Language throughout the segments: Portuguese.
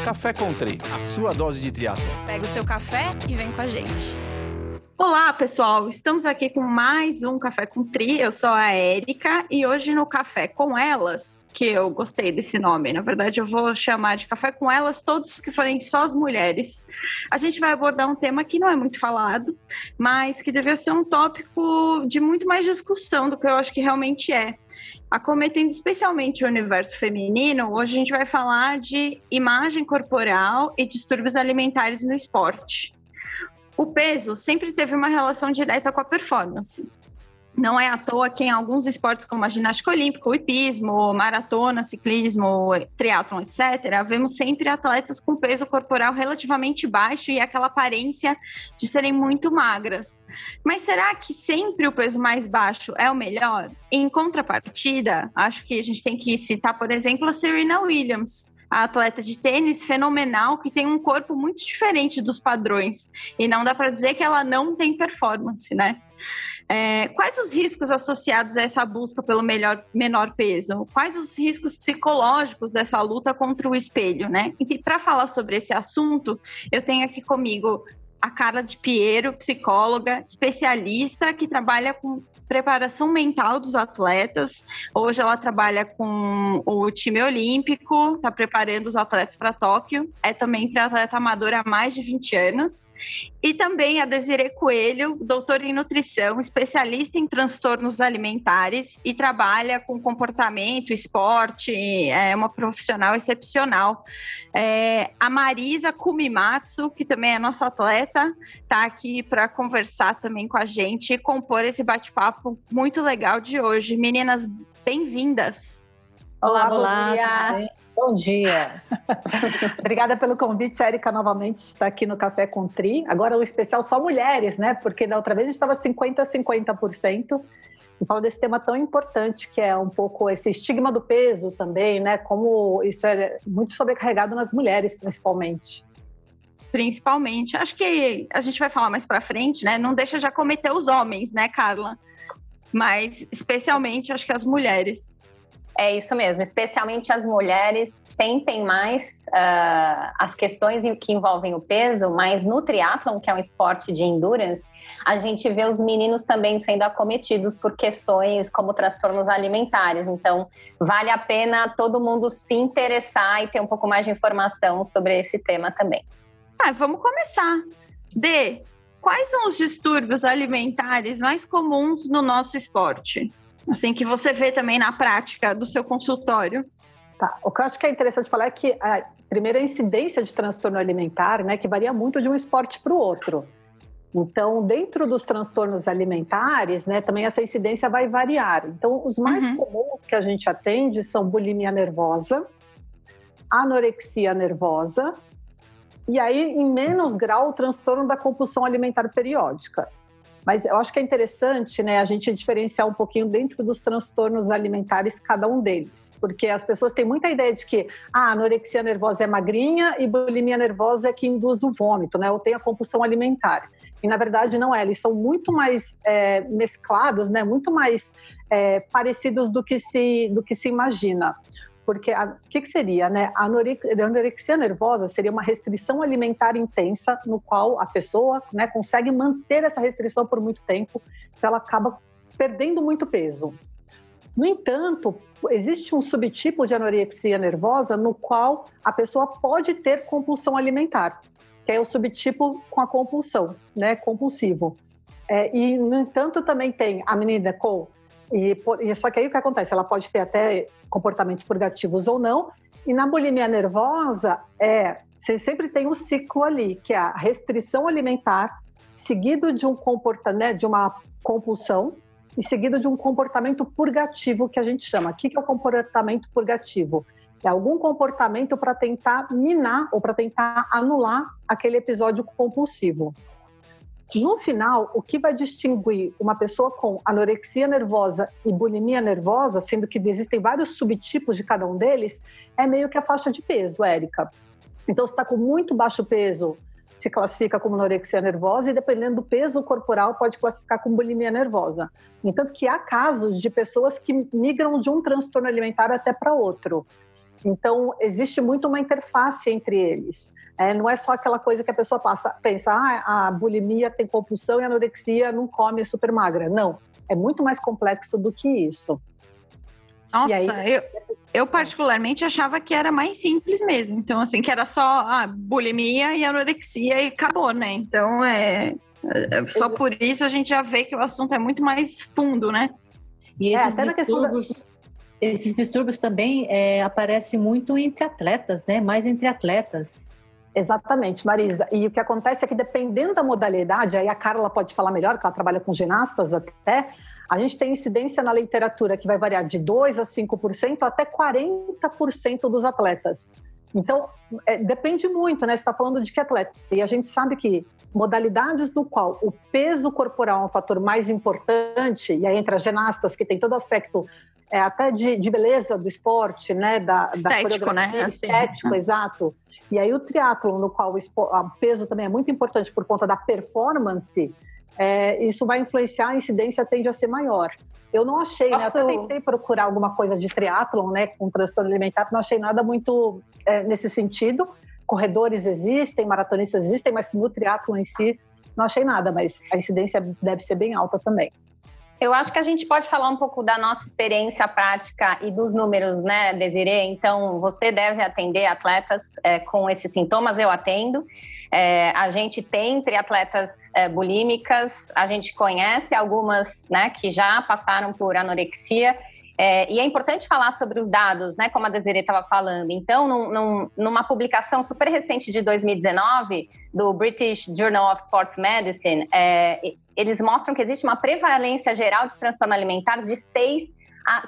Café Country, a sua dose de triatlon. Pega o seu café e vem com a gente. Olá, pessoal! Estamos aqui com mais um Café com Tri. Eu sou a Érica e hoje no Café com Elas, que eu gostei desse nome, na verdade eu vou chamar de Café com Elas todos que forem só as mulheres. A gente vai abordar um tema que não é muito falado, mas que deve ser um tópico de muito mais discussão do que eu acho que realmente é. Acometendo especialmente o universo feminino, hoje a gente vai falar de imagem corporal e distúrbios alimentares no esporte. O peso sempre teve uma relação direta com a performance. Não é à toa que em alguns esportes como a ginástica olímpica, o hipismo, maratona, ciclismo, triatlon, etc., vemos sempre atletas com peso corporal relativamente baixo e aquela aparência de serem muito magras. Mas será que sempre o peso mais baixo é o melhor? Em contrapartida, acho que a gente tem que citar, por exemplo, a Serena Williams, a atleta de tênis fenomenal que tem um corpo muito diferente dos padrões. E não dá para dizer que ela não tem performance, né? Quais os riscos associados a essa busca pelo menor peso? Quais os riscos psicológicos dessa luta contra o espelho, né? E para falar sobre esse assunto, eu tenho aqui comigo a Carla de Piero, psicóloga, especialista que trabalha com preparação mental dos atletas. Hoje ela trabalha com o time olímpico, está preparando os atletas para Tóquio, é também triatleta amadora há mais de 20 anos. E também a Desirê Coelho, doutora em nutrição, especialista em transtornos alimentares e trabalha com comportamento, esporte, é uma profissional excepcional. A Marisa Kumimatsu, que também é nossa atleta, está aqui para conversar também com a gente e compor esse bate-papo muito legal de hoje. Meninas, bem-vindas! Olá, Olá, bom dia! Bom dia! Obrigada pelo convite, Érica, novamente está aqui no Café com Tri. Agora o especial só mulheres, né? Porque da outra vez a gente estava 50%. E fala desse tema tão importante que é um pouco esse estigma do peso também, né? Como isso é muito sobrecarregado nas mulheres, principalmente. Principalmente. Acho que a gente vai falar mais pra frente, né? Não deixa de acometer os homens, né, Carla? Mas, especialmente, acho que as mulheres. É isso mesmo, especialmente as mulheres sentem mais as questões que envolvem o peso, mas no triatlon, que é um esporte de endurance, a gente vê os meninos também sendo acometidos por questões como transtornos alimentares. Então, vale a pena todo mundo se interessar e ter um pouco mais de informação sobre esse tema também. Vamos começar. Dê, quais são os distúrbios alimentares mais comuns no nosso esporte? Assim, que você vê também na prática do seu consultório. Tá. O que eu acho que é interessante falar é que a primeira incidência de transtorno alimentar, né, que varia muito de um esporte para o outro. Então, dentro dos transtornos alimentares, né, também essa incidência vai variar. Então, os mais comuns que a gente atende são bulimia nervosa, anorexia nervosa, e aí, em menos grau, o transtorno da compulsão alimentar periódica. Mas eu acho que é interessante, né, a gente diferenciar um pouquinho dentro dos transtornos alimentares, cada um deles. Porque as pessoas têm muita ideia de que a anorexia nervosa é magrinha e bulimia nervosa é que induz o vômito, né, ou tem a compulsão alimentar. E, na verdade, não é. Eles são muito mais mesclados, né, muito mais parecidos do que se imagina. Porque o que seria, né? A anorexia nervosa seria uma restrição alimentar intensa no qual a pessoa, né, consegue manter essa restrição por muito tempo, então ela acaba perdendo muito peso. No entanto, existe um subtipo de anorexia nervosa no qual a pessoa pode ter compulsão alimentar, que é o subtipo com a compulsão, né, compulsivo. E, no entanto, também tem a menina-co. Só que aí o que acontece? Ela pode ter até comportamentos purgativos ou não. E na bulimia nervosa, você sempre tem um ciclo ali, que é a restrição alimentar, seguido de de uma compulsão, e seguido de um comportamento purgativo, que a gente chama. O que é o comportamento purgativo? É algum comportamento para tentar minar ou para tentar anular aquele episódio compulsivo. No final, o que vai distinguir uma pessoa com anorexia nervosa e bulimia nervosa, sendo que existem vários subtipos de cada um deles, é meio que a faixa de peso, Érica. Então, se está com muito baixo peso, se classifica como anorexia nervosa, e dependendo do peso corporal, pode classificar como bulimia nervosa. Entanto que há casos de pessoas que migram de um transtorno alimentar até para outro. Então, existe muito uma interface entre eles. Não é só aquela coisa que a pessoa pensa, a bulimia tem compulsão e a anorexia não come, é super magra. Não, é muito mais complexo do que isso. Nossa, eu particularmente achava que era mais simples mesmo. Então, assim, que era só a bulimia e anorexia e acabou, né? Então, só por isso a gente já vê que o assunto é muito mais fundo, né? E esses distúrbios também aparecem muito entre atletas, né? Mais entre atletas. Exatamente, Marisa. E o que acontece é que dependendo da modalidade, aí a Carla pode falar melhor, que ela trabalha com ginastas até, a gente tem incidência na literatura que vai variar de 2% a 5% até 40% dos atletas. Então, depende muito, né? Você está falando de que atleta? E a gente sabe que modalidades no qual o peso corporal é um fator mais importante, e aí entra ginastas, que tem todo o aspecto até de beleza do esporte, né? Estético, né? Assim. Estético, exato. E aí o triatlon, no qual o peso também é muito importante por conta da performance, isso vai influenciar, a incidência tende a ser maior. Eu não achei, né? Eu até tentei procurar alguma coisa de triatlon, né? Com transtorno alimentar, não achei nada muito nesse sentido. Corredores existem, maratonistas existem, mas no triatlon em si não achei nada, mas a incidência deve ser bem alta também. Eu acho que a gente pode falar um pouco da nossa experiência prática e dos números, né, Desirê? Então, você deve atender atletas com esses sintomas, eu atendo. A gente tem triatletas bulímicas, a gente conhece algumas, né, que já passaram por anorexia. E é importante falar sobre os dados, né, como a Desirê estava falando. Então, numa publicação super recente de 2019, do British Journal of Sports Medicine, eles mostram que existe uma prevalência geral de transtorno alimentar de 6% a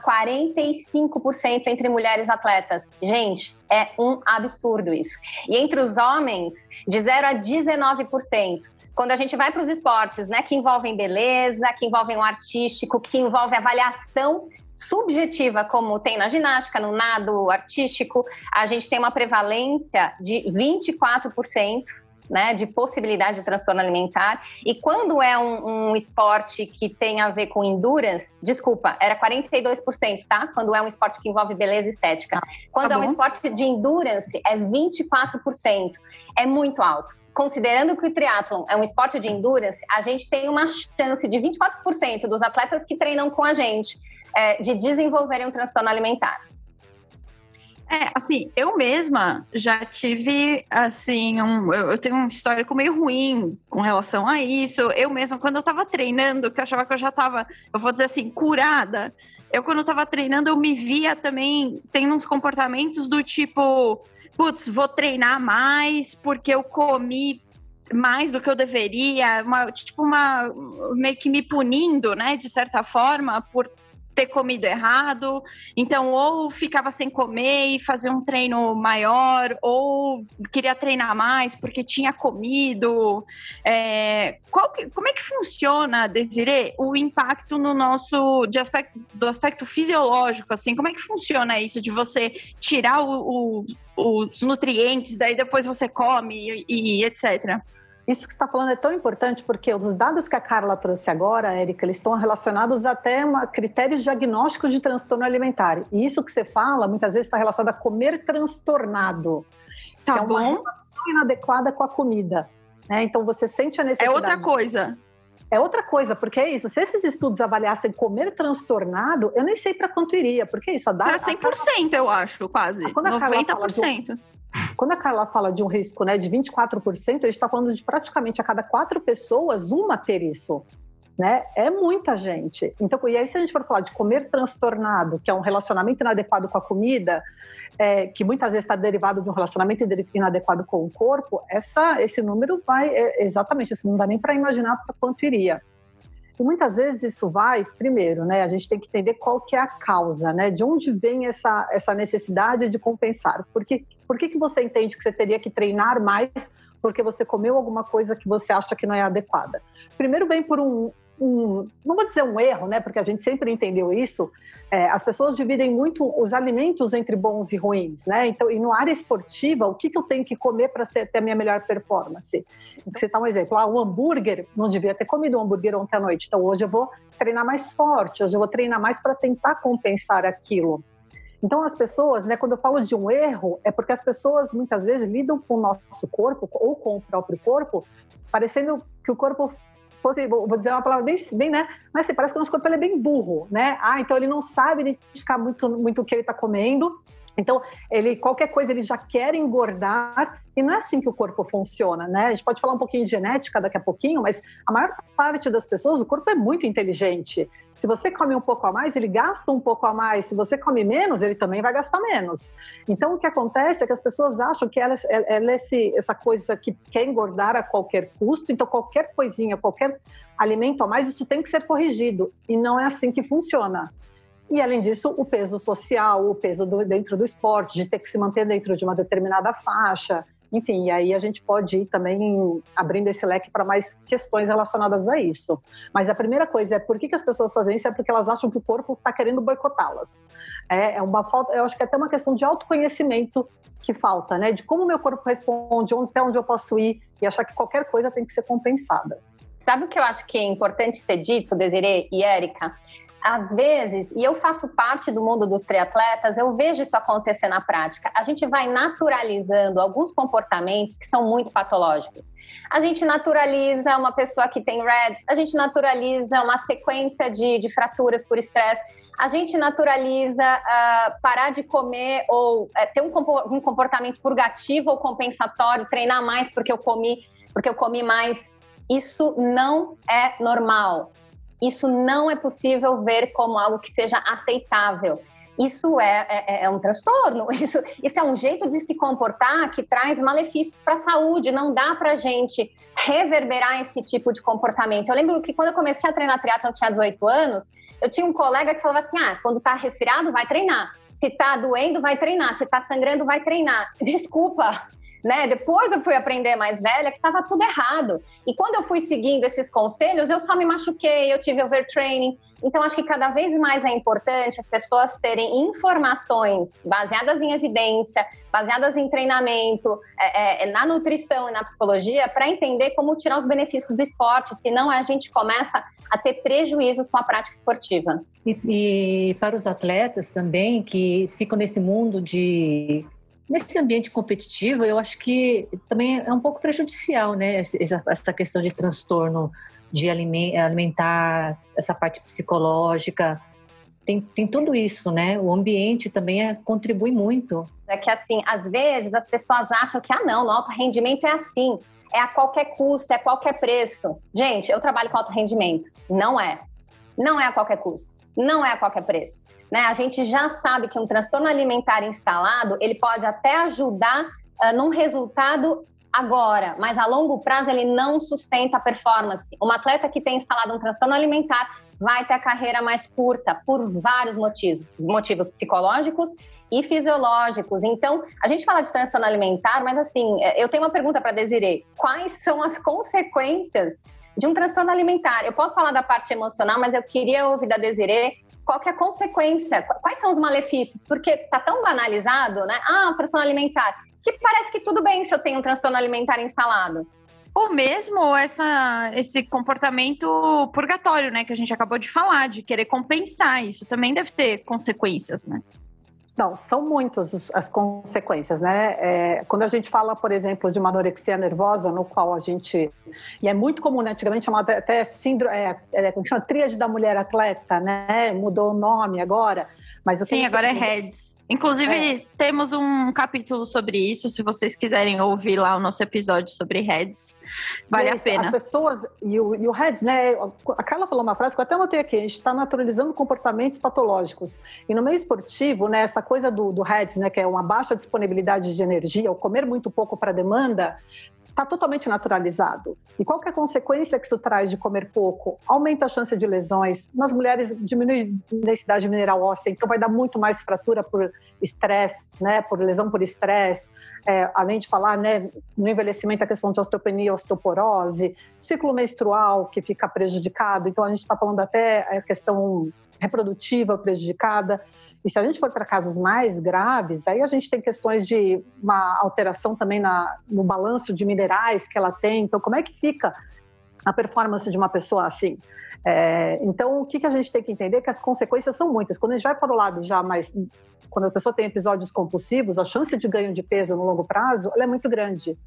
45% entre mulheres atletas. Gente, é um absurdo isso. E entre os homens, de 0% a 19%. Quando a gente vai para os esportes, né, que envolvem beleza, que envolvem o artístico, que envolve avaliação subjetiva, como tem na ginástica, no nado artístico, a gente tem uma prevalência de 24%, né, de possibilidade de transtorno alimentar. E quando é um esporte que tem a ver com endurance, desculpa, era 42%, tá? Quando é um esporte que envolve beleza e estética. Quando é um esporte de endurance, é 24%. É muito alto. Considerando que o triatlon é um esporte de endurance, a gente tem uma chance de 24% dos atletas que treinam com a gente de desenvolverem um transtorno alimentar. Assim, eu mesma já tive, assim, eu tenho um histórico meio ruim com relação a isso. Eu mesma, quando eu tava treinando, que eu achava que eu já tava, eu vou dizer assim, curada, quando eu tava treinando, eu me via também tendo uns comportamentos do tipo, putz, vou treinar mais porque eu comi mais do que eu deveria, meio que me punindo, né, de certa forma, por ter comido errado. Então, ou ficava sem comer e fazer um treino maior, ou queria treinar mais porque tinha comido. Como é que funciona, Desirê, o impacto no nosso, do aspecto fisiológico, assim? Como é que funciona isso de você tirar os nutrientes, daí depois você come e etc.? Isso que você está falando é tão importante porque os dados que a Carla trouxe agora, Érica, eles estão relacionados até a critérios diagnósticos de transtorno alimentar. E isso que você fala, muitas vezes está relacionado a comer transtornado. Tá que é uma bom. relação inadequada com a comida. Né? Então, você sente a necessidade... É outra coisa. É outra coisa, porque é isso. Se esses estudos avaliassem comer transtornado, eu nem sei para quanto iria, porque é isso. Era 100%, eu acho, quase. 90%. Quando a Carla fala de um risco, né, de 24%, a gente está falando de praticamente a cada 4 pessoas, uma ter isso. Né? É muita gente. Então, e aí, se a gente for falar de comer transtornado, que é um relacionamento inadequado com a comida, que muitas vezes está derivado de um relacionamento inadequado com o corpo, esse número vai exatamente, isso não dá nem para imaginar para quanto iria. E muitas vezes isso vai, primeiro, né, a gente tem que entender qual que é a causa, né, de onde vem essa necessidade de compensar. Por que você entende que você teria que treinar mais porque você comeu alguma coisa que você acha que não é adequada? Primeiro vem por não vou dizer um erro, né, porque a gente sempre entendeu isso, as pessoas dividem muito os alimentos entre bons e ruins, né, então, e na área esportiva, o que eu tenho que comer para ter a minha melhor performance? Vou citar um exemplo, um hambúrguer, não devia ter comido um hambúrguer ontem à noite, então hoje eu vou treinar mais forte, hoje eu vou treinar mais para tentar compensar aquilo. Então, as pessoas, né, quando eu falo de um erro, é porque as pessoas muitas vezes lidam com o nosso corpo ou com o próprio corpo, parecendo que o corpo fosse, vou dizer uma palavra bem, né? Mas assim, parece que o nosso corpo ele é bem burro, né? Então ele não sabe identificar muito o que ele está comendo. Então, qualquer coisa ele já quer engordar, e não é assim que o corpo funciona, né? A gente pode falar um pouquinho de genética daqui a pouquinho, mas a maior parte das pessoas, o corpo é muito inteligente. Se você come um pouco a mais, ele gasta um pouco a mais. Se você come menos, ele também vai gastar menos. Então, o que acontece é que as pessoas acham que ela é essa coisa que quer engordar a qualquer custo, então qualquer coisinha, qualquer alimento a mais, isso tem que ser corrigido. E não é assim que funciona. E, além disso, o peso social, o peso dentro do esporte, de ter que se manter dentro de uma determinada faixa. Enfim, e aí a gente pode ir também abrindo esse leque para mais questões relacionadas a isso. Mas a primeira coisa é por que as pessoas fazem isso? É porque elas acham que o corpo está querendo boicotá-las. É uma falta, eu acho que é até uma questão de autoconhecimento que falta, né? De como o meu corpo responde, até onde eu posso ir, e achar que qualquer coisa tem que ser compensada. Sabe o que eu acho que é importante ser dito, Desirê e Érica? Às vezes, e eu faço parte do mundo dos triatletas, eu vejo isso acontecer na prática. A gente vai naturalizando alguns comportamentos que são muito patológicos. A gente naturaliza uma pessoa que tem RED-S, a gente naturaliza uma sequência de fraturas por estresse, a gente naturaliza parar de comer ou ter um comportamento purgativo ou compensatório, treinar mais porque eu comi mais. Isso não é normal. Isso não é possível ver como algo que seja aceitável. Isso é um transtorno, isso é um jeito de se comportar que traz malefícios para a saúde. Não dá para a gente reverberar esse tipo de comportamento. Eu lembro que quando eu comecei a treinar triatlon, eu tinha 18 anos, eu tinha um colega que falava assim, quando tá resfriado, vai treinar. Se tá doendo, vai treinar. Se tá sangrando, vai treinar. Desculpa, né? Depois eu fui aprender mais velha que estava tudo errado. E quando eu fui seguindo esses conselhos, eu só me machuquei, eu tive overtraining. Então, acho que cada vez mais é importante as pessoas terem informações baseadas em evidência, baseadas em treinamento, na nutrição e na psicologia, para entender como tirar os benefícios do esporte, senão a gente começa a ter prejuízos com a prática esportiva. E para os atletas também, que ficam nesse mundo nesse ambiente competitivo, eu acho que também é um pouco prejudicial, né? Essa questão de transtorno de alimentar, essa parte psicológica, tem tudo isso, né? O ambiente também contribui muito. É que, assim, às vezes as pessoas acham que, no alto rendimento é assim, é a qualquer custo, é a qualquer preço. Gente, eu trabalho com alto rendimento. Não é a qualquer custo, não é a qualquer preço. Né? A gente já sabe que um transtorno alimentar instalado, ele pode até ajudar num resultado agora, mas a longo prazo ele não sustenta a performance. Um atleta que tem instalado um transtorno alimentar vai ter a carreira mais curta por vários motivos psicológicos e fisiológicos. Então, a gente fala de transtorno alimentar, mas assim, eu tenho uma pergunta para Desirê. Quais são as consequências de um transtorno alimentar? Eu posso falar da parte emocional, mas eu queria ouvir da Desirê qual que é a consequência, quais são os malefícios, porque está tão banalizado, né? Um transtorno alimentar, que parece que tudo bem se eu tenho um transtorno alimentar instalado. Ou mesmo esse comportamento purgatório, né, que a gente acabou de falar, de querer compensar, isso também deve ter consequências, né? Não, são muitas as consequências, né? Quando a gente fala, por exemplo, de uma anorexia nervosa, no qual a gente... E é muito comum, né? Antigamente chamava até síndrome... como chama? Tríade da mulher atleta, né? Mudou o nome agora. Mas sim, agora é RED-S. Inclusive, temos um capítulo sobre isso, se vocês quiserem ouvir lá o nosso episódio sobre RED-S. Vale a pena. As pessoas... E o RED-S, né? A Carla falou uma frase que eu até anotei aqui. A gente está naturalizando comportamentos patológicos. E no meio esportivo, né? Essa coisa do RED-S, né? Que é uma baixa disponibilidade de energia, ou comer muito pouco para demanda, está totalmente naturalizado. E qual que é a consequência que isso traz de comer pouco? Aumenta a chance de lesões. Nas mulheres, diminui a densidade mineral óssea, então vai dar muito mais fratura por estresse, né? Por lesão por estresse. Além de falar, né, no envelhecimento, a questão de osteopenia, osteoporose, ciclo menstrual que fica prejudicado. Então, a gente está falando até a questão reprodutiva prejudicada. E se a gente for para casos mais graves, aí a gente tem questões de uma alteração também no balanço de minerais que ela tem. Então, como é que fica a performance de uma pessoa assim? Então, o que a gente tem que entender é que as consequências são muitas. Quando a gente vai para o lado já mais... Quando a pessoa tem episódios compulsivos, a chance de ganho de peso no longo prazo ela é muito grande.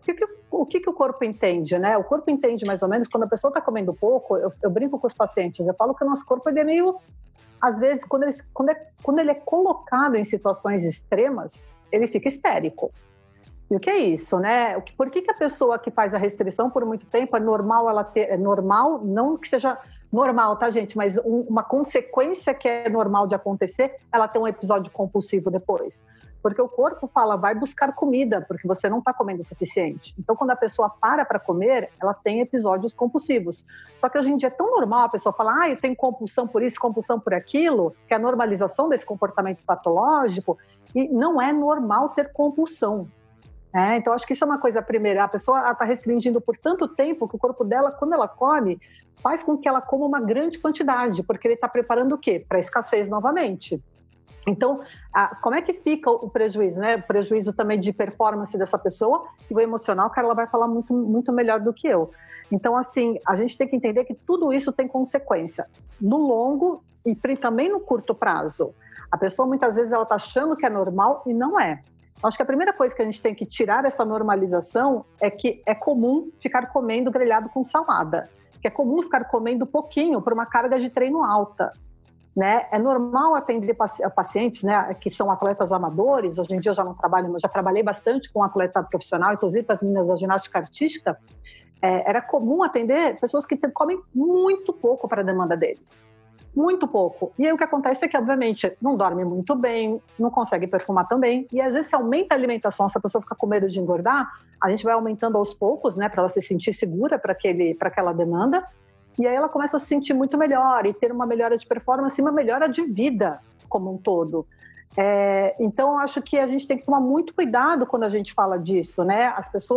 O que o corpo entende, né? O corpo entende mais ou menos quando a pessoa está comendo pouco. Eu brinco com os pacientes, eu falo que o nosso corpo ele é meio... Às vezes, quando ele é colocado em situações extremas, ele fica histérico. E o que é isso, né? Por que a pessoa que faz a restrição por muito tempo é normal ela ter... É normal, não que seja normal, tá, gente? Mas uma consequência que é normal de acontecer, ela tem um episódio compulsivo depois. Porque o corpo fala, vai buscar comida, porque você não está comendo o suficiente. Então, quando a pessoa para comer, ela tem episódios compulsivos. Só que hoje em dia é tão normal a pessoa falar, eu tenho compulsão por isso, compulsão por aquilo, que é a normalização desse comportamento patológico, e não é normal ter compulsão. Então, acho que isso é uma coisa primeira. A pessoa está restringindo por tanto tempo que o corpo dela, quando ela come, faz com que ela coma uma grande quantidade, porque ele está preparando o quê? Para a escassez novamente. Então, como é que fica o prejuízo, né? O prejuízo também de performance dessa pessoa e o emocional, cara, ela vai falar muito, muito melhor do que eu. Então, assim, a gente tem que entender que tudo isso tem consequência no longo e também no curto prazo. A pessoa, muitas vezes, ela está achando que é normal e não é. Acho que a primeira coisa que a gente tem que tirar essa normalização é que é comum ficar comendo grelhado com salada, que é comum ficar comendo pouquinho por uma carga de treino alta. Né? É normal atender pacientes, né, que são atletas amadores. Hoje em dia eu já não trabalho, mas já trabalhei bastante com atleta profissional, inclusive para as meninas da ginástica artística. Era comum atender pessoas que comem muito pouco para a demanda deles. Muito pouco. E aí o que acontece é que, obviamente, não dorme muito bem, não consegue perfumar tão bem. E às vezes se aumenta a alimentação, se a pessoa fica com medo de engordar, a gente vai aumentando aos poucos, né, para ela se sentir segura para aquela demanda. E aí ela começa a se sentir muito melhor e ter uma melhora de performance e uma melhora de vida como um todo. Então, eu acho que a gente tem que tomar muito cuidado quando a gente fala disso, né?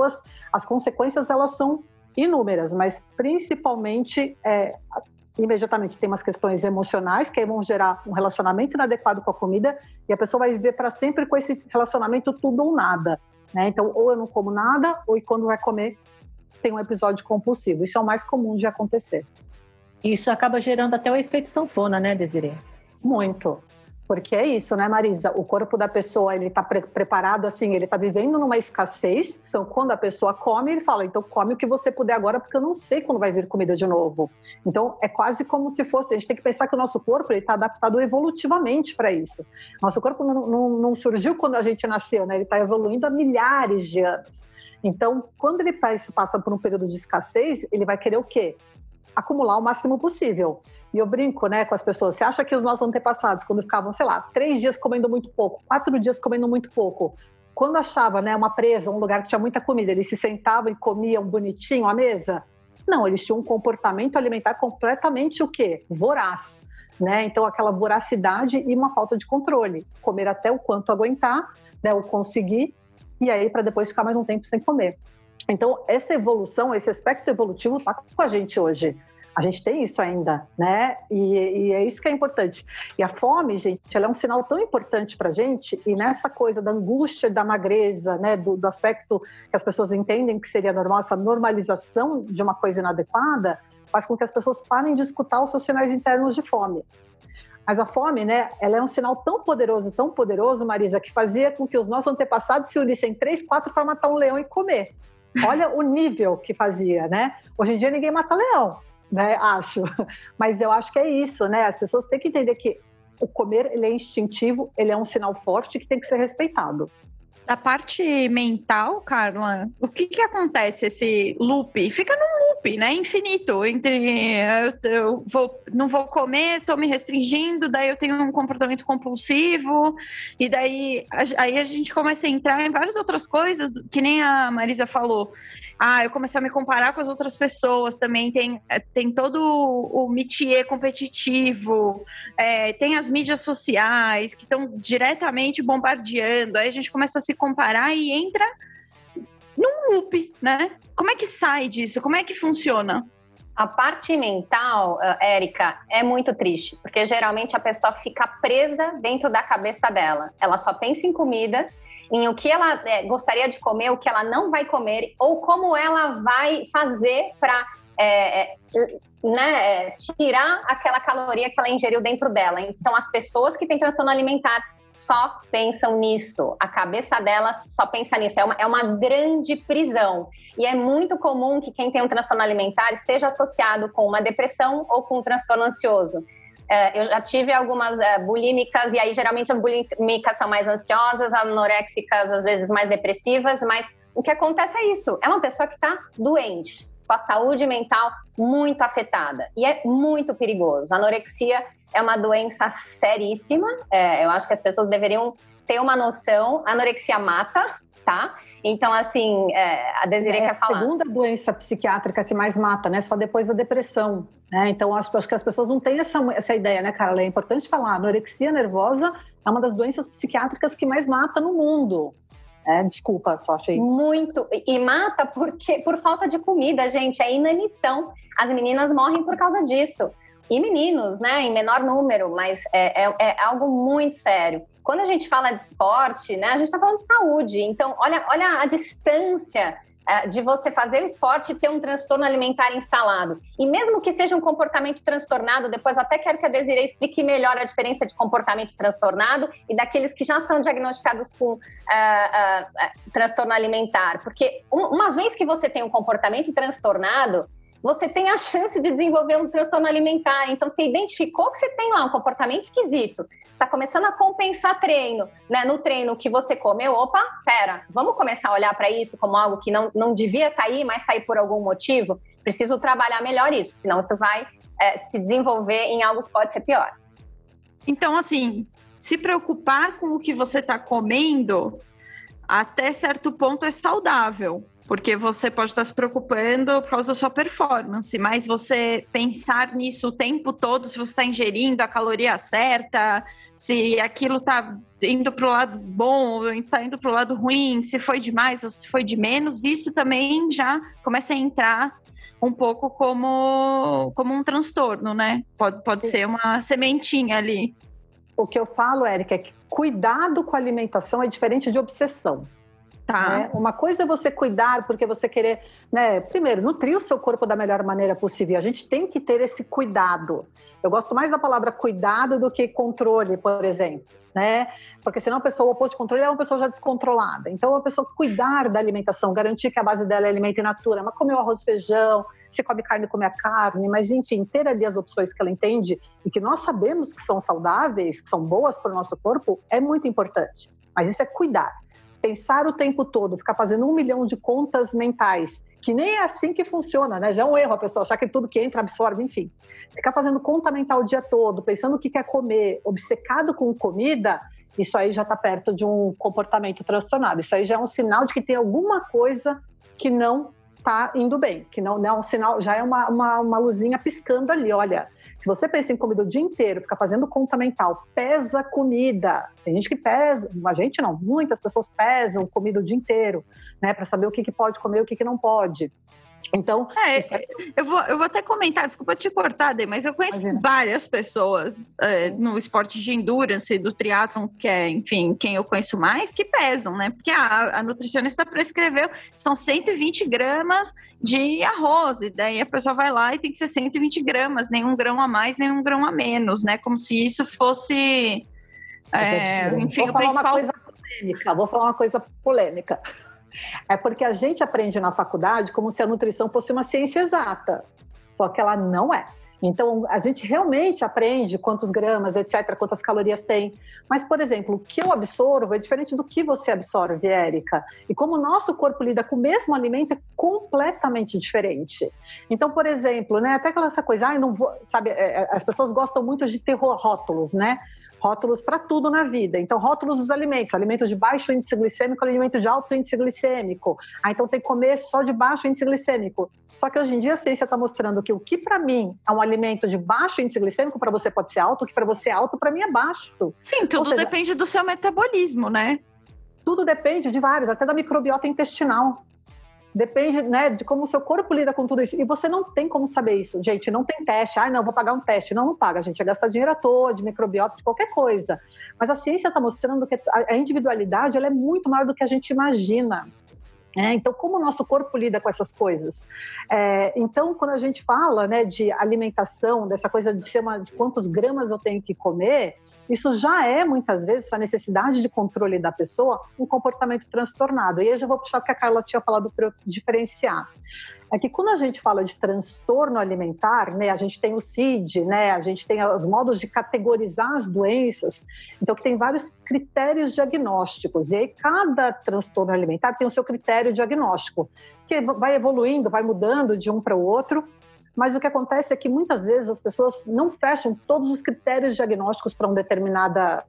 As consequências, elas são inúmeras, mas principalmente, imediatamente tem umas questões emocionais que aí vão gerar um relacionamento inadequado com a comida e a pessoa vai viver para sempre com esse relacionamento tudo ou nada, né? Então, ou eu não como nada, ou quando vai comer, tem um episódio compulsivo. Isso é o mais comum de acontecer. Isso acaba gerando até o efeito sanfona, né, Desirê? Muito. Porque é isso, né, Marisa? O corpo da pessoa, ele está preparado assim, ele está vivendo numa escassez. Então, quando a pessoa come, ele fala, então come o que você puder agora, porque eu não sei quando vai vir comida de novo. Então, é quase como se fosse... A gente tem que pensar que o nosso corpo está adaptado evolutivamente para isso. Nosso corpo não surgiu quando a gente nasceu, né? Ele está evoluindo há milhares de anos. Então, quando ele passa por um período de escassez, ele vai querer o quê? Acumular o máximo possível. E eu brinco, né, com as pessoas. Você acha que os nossos antepassados, quando ficavam, 3 dias comendo muito pouco, 4 dias comendo muito pouco, quando achava, né, uma presa, um lugar que tinha muita comida, eles se sentavam e comiam bonitinho à mesa? Não, eles tinham um comportamento alimentar completamente o quê? Voraz. Né? Então, aquela voracidade e uma falta de controle. Comer até o quanto aguentar, né, o conseguir, e aí para depois ficar mais um tempo sem comer. Então, essa evolução, esse aspecto evolutivo está com a gente hoje. A gente tem isso ainda, né? E é isso que é importante. E a fome, gente, ela é um sinal tão importante para a gente, e nessa coisa da angústia, da magreza, né, do aspecto que as pessoas entendem que seria normal, essa normalização de uma coisa inadequada, faz com que as pessoas parem de escutar os seus sinais internos de fome. Mas a fome, né, ela é um sinal tão poderoso, Marisa, que fazia com que os nossos antepassados se unissem 3, 4 para matar um leão e comer. Olha o nível que fazia, né? Hoje em dia ninguém mata leão, né? Acho. Mas eu acho que é isso, né? As pessoas têm que entender que o comer, ele é instintivo, ele é um sinal forte que tem que ser respeitado. Da parte mental, Carla, o que acontece esse loop? Fica num loop, né, infinito, entre não vou comer, tô me restringindo, daí eu tenho um comportamento compulsivo, e daí aí a gente começa a entrar em várias outras coisas, que nem a Marisa falou. Eu comecei a me comparar com as outras pessoas também, tem todo o métier competitivo, tem as mídias sociais que estão diretamente bombardeando, aí a gente começa a se comparar e entra num loop, né? Como é que sai disso? Como é que funciona? A parte mental, Érica, é muito triste, porque geralmente a pessoa fica presa dentro da cabeça dela. Ela só pensa em comida, em o que ela gostaria de comer, o que ela não vai comer, ou como ela vai fazer para tirar aquela caloria que ela ingeriu dentro dela. Então, as pessoas que têm transtorno alimentar só pensam nisso, a cabeça delas só pensa nisso, é uma grande prisão. E é muito comum que quem tem um transtorno alimentar esteja associado com uma depressão ou com um transtorno ansioso. Eu já tive algumas bulímicas, e aí geralmente as bulímicas são mais ansiosas, anoréxicas às vezes mais depressivas, mas o que acontece é isso, é uma pessoa que está doente, com a saúde mental muito afetada, e é muito perigoso. A anorexia é uma doença seríssima, eu acho que as pessoas deveriam ter uma noção. A anorexia mata, tá? Então, assim, a Desiree quer falar. É a segunda doença psiquiátrica que mais mata, né? Só depois da depressão, né? Então, acho que as pessoas não têm essa ideia, né, Carla? É importante falar, a anorexia nervosa é uma das doenças psiquiátricas que mais mata no mundo. Desculpa, só achei. Muito. E mata por falta de comida, gente. É inanição. As meninas morrem por causa disso. E meninos, né, em menor número, mas é algo muito sério. Quando a gente fala de esporte, né, a gente está falando de saúde. Então, olha a distância de você fazer o esporte e ter um transtorno alimentar instalado. E mesmo que seja um comportamento transtornado, depois eu até quero que a Desiree explique melhor a diferença de comportamento transtornado e daqueles que já são diagnosticados com transtorno alimentar. Porque uma vez que você tem um comportamento transtornado, você tem a chance de desenvolver um transtorno alimentar. Então, você identificou que você tem lá um comportamento esquisito, você está começando a compensar treino, né? No treino que você comeu, vamos começar a olhar para isso como algo que não devia estar aí, mas está aí por algum motivo? Preciso trabalhar melhor isso, senão isso vai se desenvolver em algo que pode ser pior. Então, assim, se preocupar com o que você está comendo, até certo ponto é saudável. Porque você pode estar se preocupando por causa da sua performance, mas você pensar nisso o tempo todo, se você está ingerindo a caloria certa, se aquilo está indo para o lado bom ou está indo para o lado ruim, se foi de mais ou se foi de menos, isso também já começa a entrar um pouco como um transtorno, né? Pode ser uma sementinha ali. O que eu falo, Érica, é que cuidado com a alimentação é diferente de obsessão. Tá. Uma coisa é você cuidar porque você querer, né, primeiro, nutrir o seu corpo da melhor maneira possível. A gente tem que ter esse cuidado. Eu gosto mais da palavra cuidado do que controle, por exemplo, né? Porque senão a pessoa, o oposto de controle é uma pessoa já descontrolada. Então, a pessoa cuidar da alimentação, garantir que a base dela é alimento in natura, mas comer o arroz e feijão, se come carne, comer a carne, mas enfim, ter ali as opções que ela entende e que nós sabemos que são saudáveis, que são boas para o nosso corpo, é muito importante. Mas isso é cuidar. Pensar o tempo todo, ficar fazendo 1 milhão de contas mentais, que nem é assim que funciona, né? Já é um erro a pessoa achar que tudo que entra absorve, enfim. Ficar fazendo conta mental o dia todo, pensando o que quer comer, obcecado com comida, isso aí já está perto de um comportamento transtornado. Isso aí já é um sinal de que tem alguma coisa que não está indo bem, que não é um sinal, já é uma luzinha piscando ali, olha. Se você pensa em comida o dia inteiro, fica fazendo conta mental, pesa comida. Tem gente que pesa, a gente não, muitas pessoas pesam comida o dia inteiro, né, para saber o que pode comer e o que não pode. Então, eu vou até comentar, desculpa te cortar, Dê, mas eu conheço várias pessoas no esporte de endurance, do triatlon, que é, enfim, quem eu conheço mais, que pesam, né? Porque a nutricionista prescreveu, são 120 gramas de arroz, e daí a pessoa vai lá e tem que ser 120 gramas, nenhum grão a mais, nenhum grão a menos, né? Como se isso fosse, enfim, o principal... Vou falar uma coisa polêmica. É porque a gente aprende na faculdade como se a nutrição fosse uma ciência exata, só que ela não é. Então, a gente realmente aprende quantos gramas, etc., quantas calorias tem. Mas, por exemplo, o que eu absorvo é diferente do que você absorve, Érica. E como o nosso corpo lida com o mesmo alimento é completamente diferente. Então, por exemplo, né, até aquela essa coisa, não vou, sabe, as pessoas gostam muito de ter rótulos, né? Rótulos para tudo na vida. Então, rótulos dos alimentos. Alimentos de baixo índice glicêmico, alimento de alto índice glicêmico. Então tem que comer só de baixo índice glicêmico. Só que hoje em dia a ciência está mostrando que o que para mim é um alimento de baixo índice glicêmico, para você pode ser alto, o que para você é alto, para mim é baixo. Sim, tudo depende do seu metabolismo, né? Tudo depende de vários, até da microbiota intestinal. Depende, né, de como o seu corpo lida com tudo isso. E você não tem como saber isso, gente. Não tem teste. Não, vou pagar um teste. Não paga, gente. É gastar dinheiro à toa, de microbiota, de qualquer coisa. Mas a ciência está mostrando que a individualidade ela é muito maior do que a gente imagina. Então, como o nosso corpo lida com essas coisas? Então, quando a gente fala, né, de alimentação, dessa coisa de quantos gramas eu tenho que comer, isso já é, muitas vezes, essa necessidade de controle da pessoa, um comportamento transtornado. E aí eu já vou puxar o que a Carla tinha falado para eu diferenciar. É que quando a gente fala de transtorno alimentar, né, a gente tem o CID, né, a gente tem os modos de categorizar as doenças, então que tem vários critérios diagnósticos, e aí cada transtorno alimentar tem o seu critério diagnóstico, que vai evoluindo, vai mudando de um para o outro, mas o que acontece é que muitas vezes as pessoas não fecham todos os critérios diagnósticos para uma determinada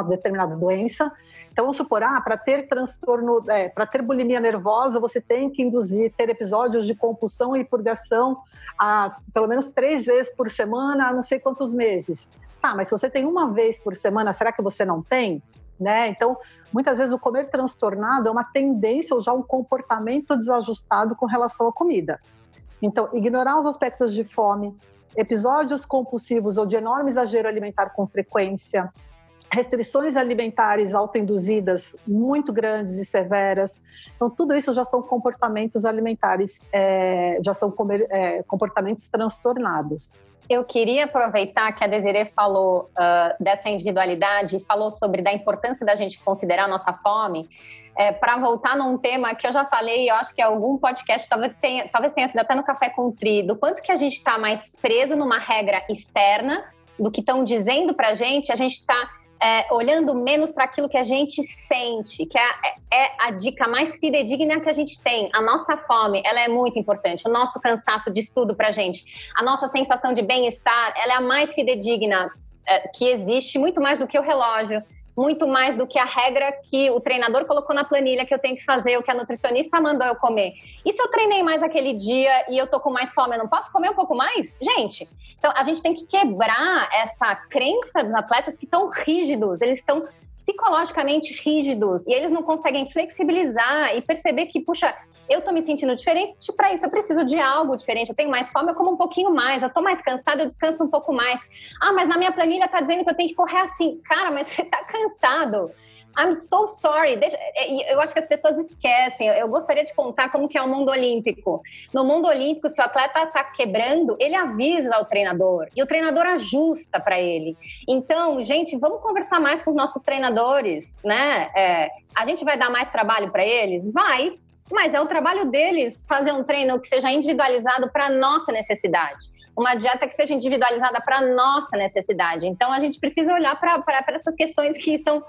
doença. Então, vamos supor, para ter transtorno, para ter bulimia nervosa, você tem que ter episódios de compulsão e purgação pelo menos 3 vezes por semana, há não sei quantos meses. Mas se você tem uma vez por semana, será que você não tem? Né? Então, muitas vezes o comer transtornado é uma tendência ou já um comportamento desajustado com relação à comida. Então, ignorar os aspectos de fome, episódios compulsivos ou de enorme exagero alimentar com frequência, restrições alimentares autoinduzidas muito grandes e severas. Então, tudo isso já são comportamentos alimentares, já são comportamentos transtornados. Eu queria aproveitar que a Desirê falou dessa individualidade e falou da importância da gente considerar a nossa fome, para voltar num tema que eu já falei, eu acho que algum podcast, talvez tenha sido até no Café com Tri, do quanto que a gente está mais preso numa regra externa, do que estão dizendo para a gente está olhando menos para aquilo que a gente sente, que é a dica mais fidedigna que a gente tem. A nossa fome, ela é muito importante. O nosso cansaço de estudo para a gente, a nossa sensação de bem-estar, ela é a mais fidedigna que existe, muito mais do que o relógio, muito mais do que a regra que o treinador colocou na planilha que eu tenho que fazer, o que a nutricionista mandou eu comer. E se eu treinei mais aquele dia e eu tô com mais fome, eu não posso comer um pouco mais? Gente, então a gente tem que quebrar essa crença dos atletas que estão rígidos, eles estão psicologicamente rígidos e eles não conseguem flexibilizar e perceber que, puxa, eu tô me sentindo diferente, para isso eu preciso de algo diferente, eu tenho mais fome, eu como um pouquinho mais, eu tô mais cansada, eu descanso um pouco mais. Mas na minha planilha tá dizendo que eu tenho que correr assim. Cara, mas você tá cansado. I'm so sorry. Eu acho que as pessoas esquecem. Eu gostaria de contar como que é o mundo olímpico. No mundo olímpico, se o atleta tá quebrando, ele avisa ao treinador e o treinador ajusta para ele. Então, gente, vamos conversar mais com os nossos treinadores, né? A gente vai dar mais trabalho para eles? Vai. Mas é o trabalho deles fazer um treino que seja individualizado para a nossa necessidade. Uma dieta que seja individualizada para a nossa necessidade. Então, a gente precisa olhar para essas questões que são,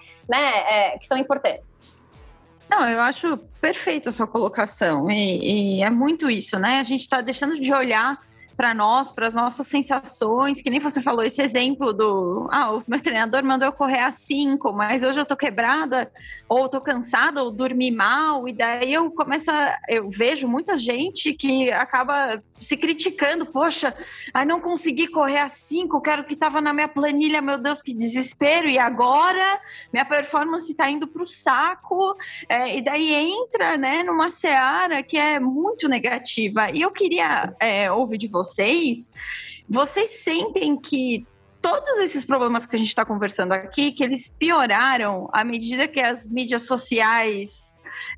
que são importantes. Não, eu acho perfeita a sua colocação. E é muito isso, né? A gente está deixando de olhar para nós, para as nossas sensações, que nem você falou, esse exemplo do o meu treinador mandou eu correr às 5, mas hoje eu tô quebrada, ou tô cansada, ou dormi mal, e daí eu vejo muita gente que acaba se criticando, poxa, não consegui correr às 5, quero que tava na minha planilha, meu Deus, que desespero, e agora minha performance tá indo pro saco, e daí entra, né, numa seara que é muito negativa. E eu queria ouvir de vocês sentem que todos esses problemas que a gente está conversando aqui, que eles pioraram à medida que as mídias sociais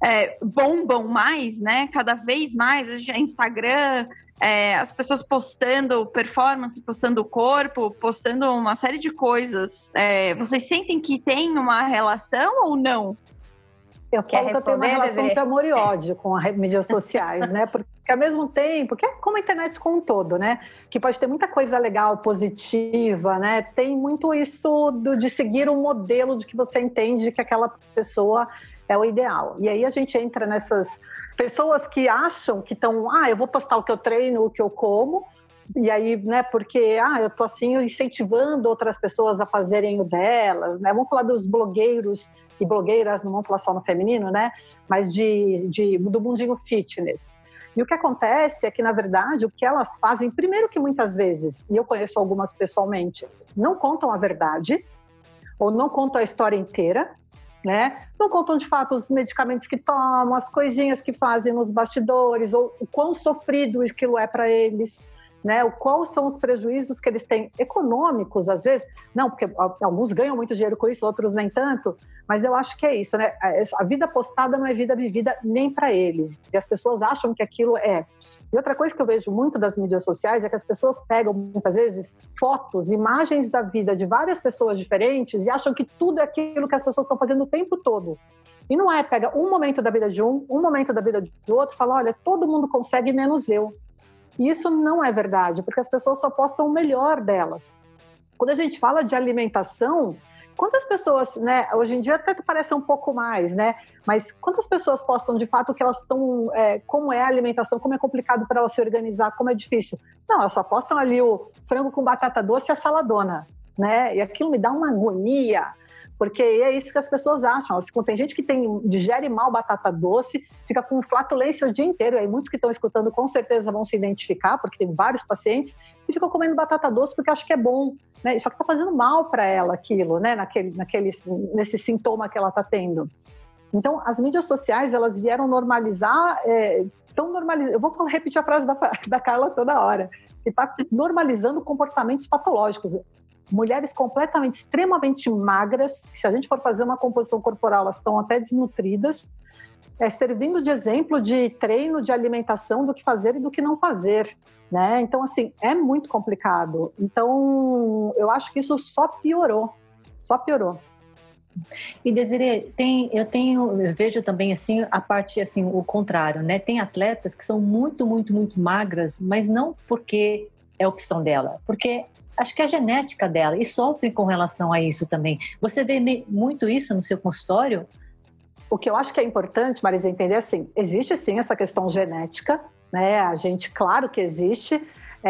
bombam mais, né? Cada vez mais, Instagram, as pessoas postando performance, postando corpo, postando uma série de coisas. Vocês sentem que tem uma relação ou não? Eu falo que eu tenho uma relação de amor e ódio com as mídias sociais, né? Porque ao mesmo tempo, que é como a internet como um todo, né? Que pode ter muita coisa legal, positiva, né? Tem muito isso de seguir um modelo de que você entende que aquela pessoa é o ideal. E aí a gente entra nessas pessoas que acham que estão, eu vou postar o que eu treino, o que eu como, e aí, né, porque, eu tô assim incentivando outras pessoas a fazerem o delas, né? Vamos falar dos blogueiros e blogueiras, não vamos falar só no feminino, né? Mas do mundinho fitness. E o que acontece é que, na verdade, o que elas fazem, primeiro que muitas vezes, e eu conheço algumas pessoalmente, não contam a verdade, ou não contam a história inteira, né? Não contam de fato os medicamentos que tomam, as coisinhas que fazem nos bastidores, ou o quão sofrido aquilo é para eles. né? Quais são os prejuízos que eles têm econômicos, às vezes? Não, porque alguns ganham muito dinheiro com isso, outros nem tanto, mas eu acho que é isso, né? A vida postada não é vida vivida nem para eles, e as pessoas acham que aquilo é. E outra coisa que eu vejo muito das mídias sociais é que as pessoas pegam, muitas vezes, fotos, imagens da vida de várias pessoas diferentes e acham que tudo é aquilo que as pessoas estão fazendo o tempo todo. E não é, pega um momento da vida de um momento da vida de outro e fala, olha, todo mundo consegue menos eu. E isso não é verdade, porque as pessoas só postam o melhor delas. Quando a gente fala de alimentação, quantas pessoas, né, hoje em dia até que parece um pouco mais, né, mas quantas pessoas postam de fato que elas estão, como é a alimentação, como é complicado para elas se organizar, como é difícil? Não, elas só postam ali o frango com batata doce e a saladona, né, e aquilo me dá uma agonia, porque é isso que as pessoas acham. Tem gente que digere mal batata doce, fica com flatulência o dia inteiro, e aí muitos que estão escutando com certeza vão se identificar, porque tem vários pacientes que ficam comendo batata doce porque acham que é bom, né? Só que está fazendo mal para ela aquilo, né? Nesse sintoma que ela está tendo. Então, as mídias sociais, elas vieram normalizar, eu vou repetir a frase da Carla toda hora, que está normalizando comportamentos patológicos. Mulheres completamente, extremamente magras, que se a gente for fazer uma composição corporal, elas estão até desnutridas, servindo de exemplo de treino, de alimentação, do que fazer e do que não fazer, né? Então, assim, é muito complicado. Então, eu acho que isso só piorou. E Desirê, eu vejo também assim a parte assim, o contrário, né? Tem atletas que são muito, muito, muito magras, mas não porque é opção dela, porque acho que é a genética dela, e sofrem com relação a isso também. Você vê muito isso no seu consultório? O que eu acho que é importante, Marisa, entender assim, existe sim essa questão genética, né? A gente, claro que existe,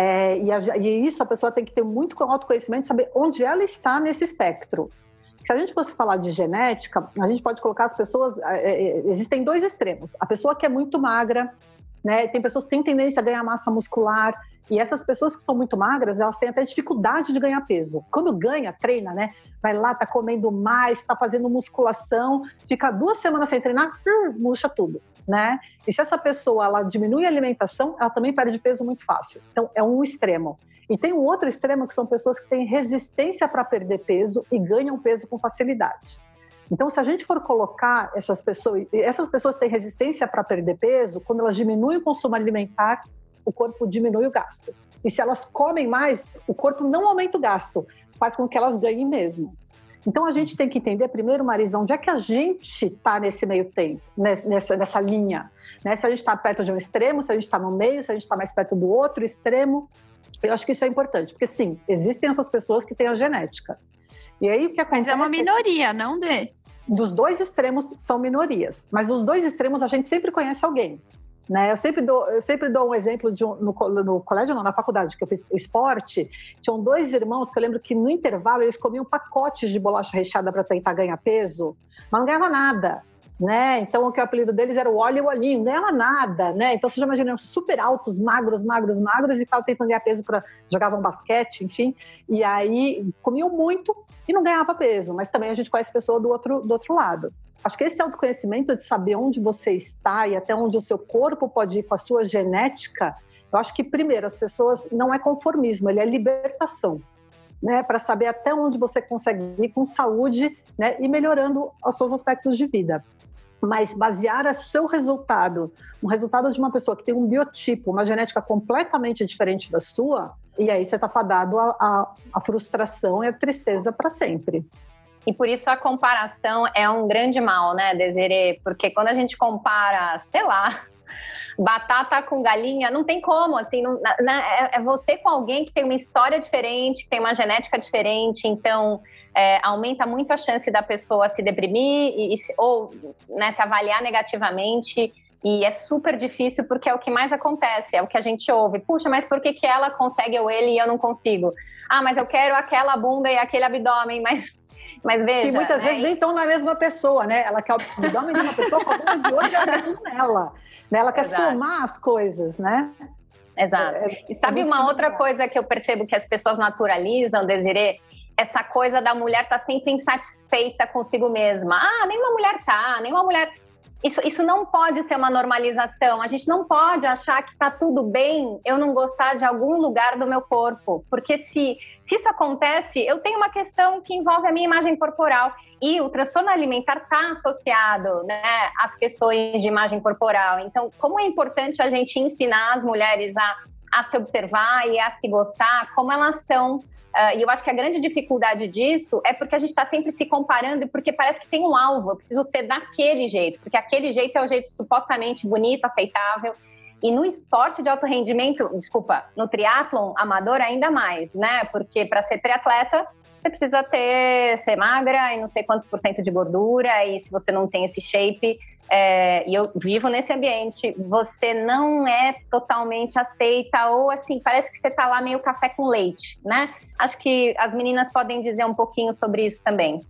e isso a pessoa tem que ter muito autoconhecimento, saber onde ela está nesse espectro. Se a gente fosse falar de genética, a gente pode colocar as pessoas, existem dois extremos. A pessoa que é muito magra, né? Tem pessoas que têm tendência a ganhar massa muscular, e essas pessoas que são muito magras, elas têm até dificuldade de ganhar peso. Quando ganha, treina, né? Vai lá, tá comendo mais, tá fazendo musculação, fica 2 semanas sem treinar, murcha tudo, né? E se essa pessoa, ela diminui a alimentação, ela também perde peso muito fácil. Então, é um extremo. E tem um outro extremo, que são pessoas que têm resistência para perder peso e ganham peso com facilidade. Então, se a gente for colocar essas pessoas têm resistência para perder peso, quando elas diminuem o consumo alimentar, o corpo diminui o gasto. E se elas comem mais, o corpo não aumenta o gasto, faz com que elas ganhem mesmo. Então, a gente tem que entender primeiro, Marisa, onde é que a gente está nesse meio tempo, nessa linha, né? Se a gente está perto de um extremo, se a gente está no meio, se a gente está mais perto do outro extremo. Eu acho que isso é importante, porque sim, existem essas pessoas que têm a genética. E aí o que acontece? Mas é uma minoria, não Dê? Dos dois extremos são minorias, mas os dois extremos a gente sempre conhece alguém. Né? Eu sempre dou um exemplo no colégio, não, na faculdade, que eu fiz esporte. Tinham 2 irmãos que eu lembro que no intervalo eles comiam pacotes de bolacha recheada para tentar ganhar peso, mas não ganhava nada, né? Então o apelido deles era o óleo e o olhinho, não ganhava nada, né? Então você já imagina, super altos, magros, e estavam tentando ganhar peso, jogavam basquete, enfim, e aí comiam muito e não ganhava peso, mas também a gente conhece pessoa do outro lado. Acho que esse autoconhecimento de saber onde você está e até onde o seu corpo pode ir com a sua genética, eu acho que, primeiro, as pessoas, não é conformismo, ele é libertação, né? Para saber até onde você consegue ir com saúde, né? E melhorando os seus aspectos de vida. Mas basear o seu resultado, um resultado de uma pessoa que tem um biotipo, uma genética completamente diferente da sua, e aí você está fadado à frustração e à tristeza para sempre. E por isso a comparação é um grande mal, né, Desirê? Porque quando a gente compara, sei lá, batata com galinha, não tem como, assim, é você com alguém que tem uma história diferente, que tem uma genética diferente, então aumenta muito a chance da pessoa se deprimir ou né, se avaliar negativamente, e é super difícil porque é o que mais acontece, é o que a gente ouve. Puxa, mas por que ela consegue ou ele e eu não consigo? Ah, mas eu quero aquela bunda e aquele abdômen, mas veja... E muitas vezes nem estão na mesma pessoa, né? Ela quer o abdômen de uma pessoa com a bunda de outra, ela quer com ela. Né? Ela quer somar as coisas, né? Exato. E sabe uma outra coisa que eu percebo que as pessoas naturalizam, Desirê? Essa coisa da mulher estar sempre insatisfeita consigo mesma. Ah, nenhuma mulher tá, nenhuma mulher... Isso não pode ser uma normalização. A gente não pode achar que está tudo bem eu não gostar de algum lugar do meu corpo. Porque se isso acontece, eu tenho uma questão que envolve a minha imagem corporal. E o transtorno alimentar está associado, né, às questões de imagem corporal. Então, como é importante a gente ensinar as mulheres a se observar e a se gostar como elas são. E eu acho que a grande dificuldade disso é porque a gente está sempre se comparando e porque parece que tem um alvo, eu preciso ser daquele jeito, porque aquele jeito é o jeito supostamente bonito, aceitável. E no esporte de alto rendimento, no triatlon amador ainda mais, né? Porque para ser triatleta, você precisa ser magra e não sei quantos % de gordura, e se você não tem esse shape, e eu vivo nesse ambiente, você não é totalmente aceita, ou assim, parece que você tá lá meio café com leite, né? Acho que as meninas podem dizer um pouquinho sobre isso também.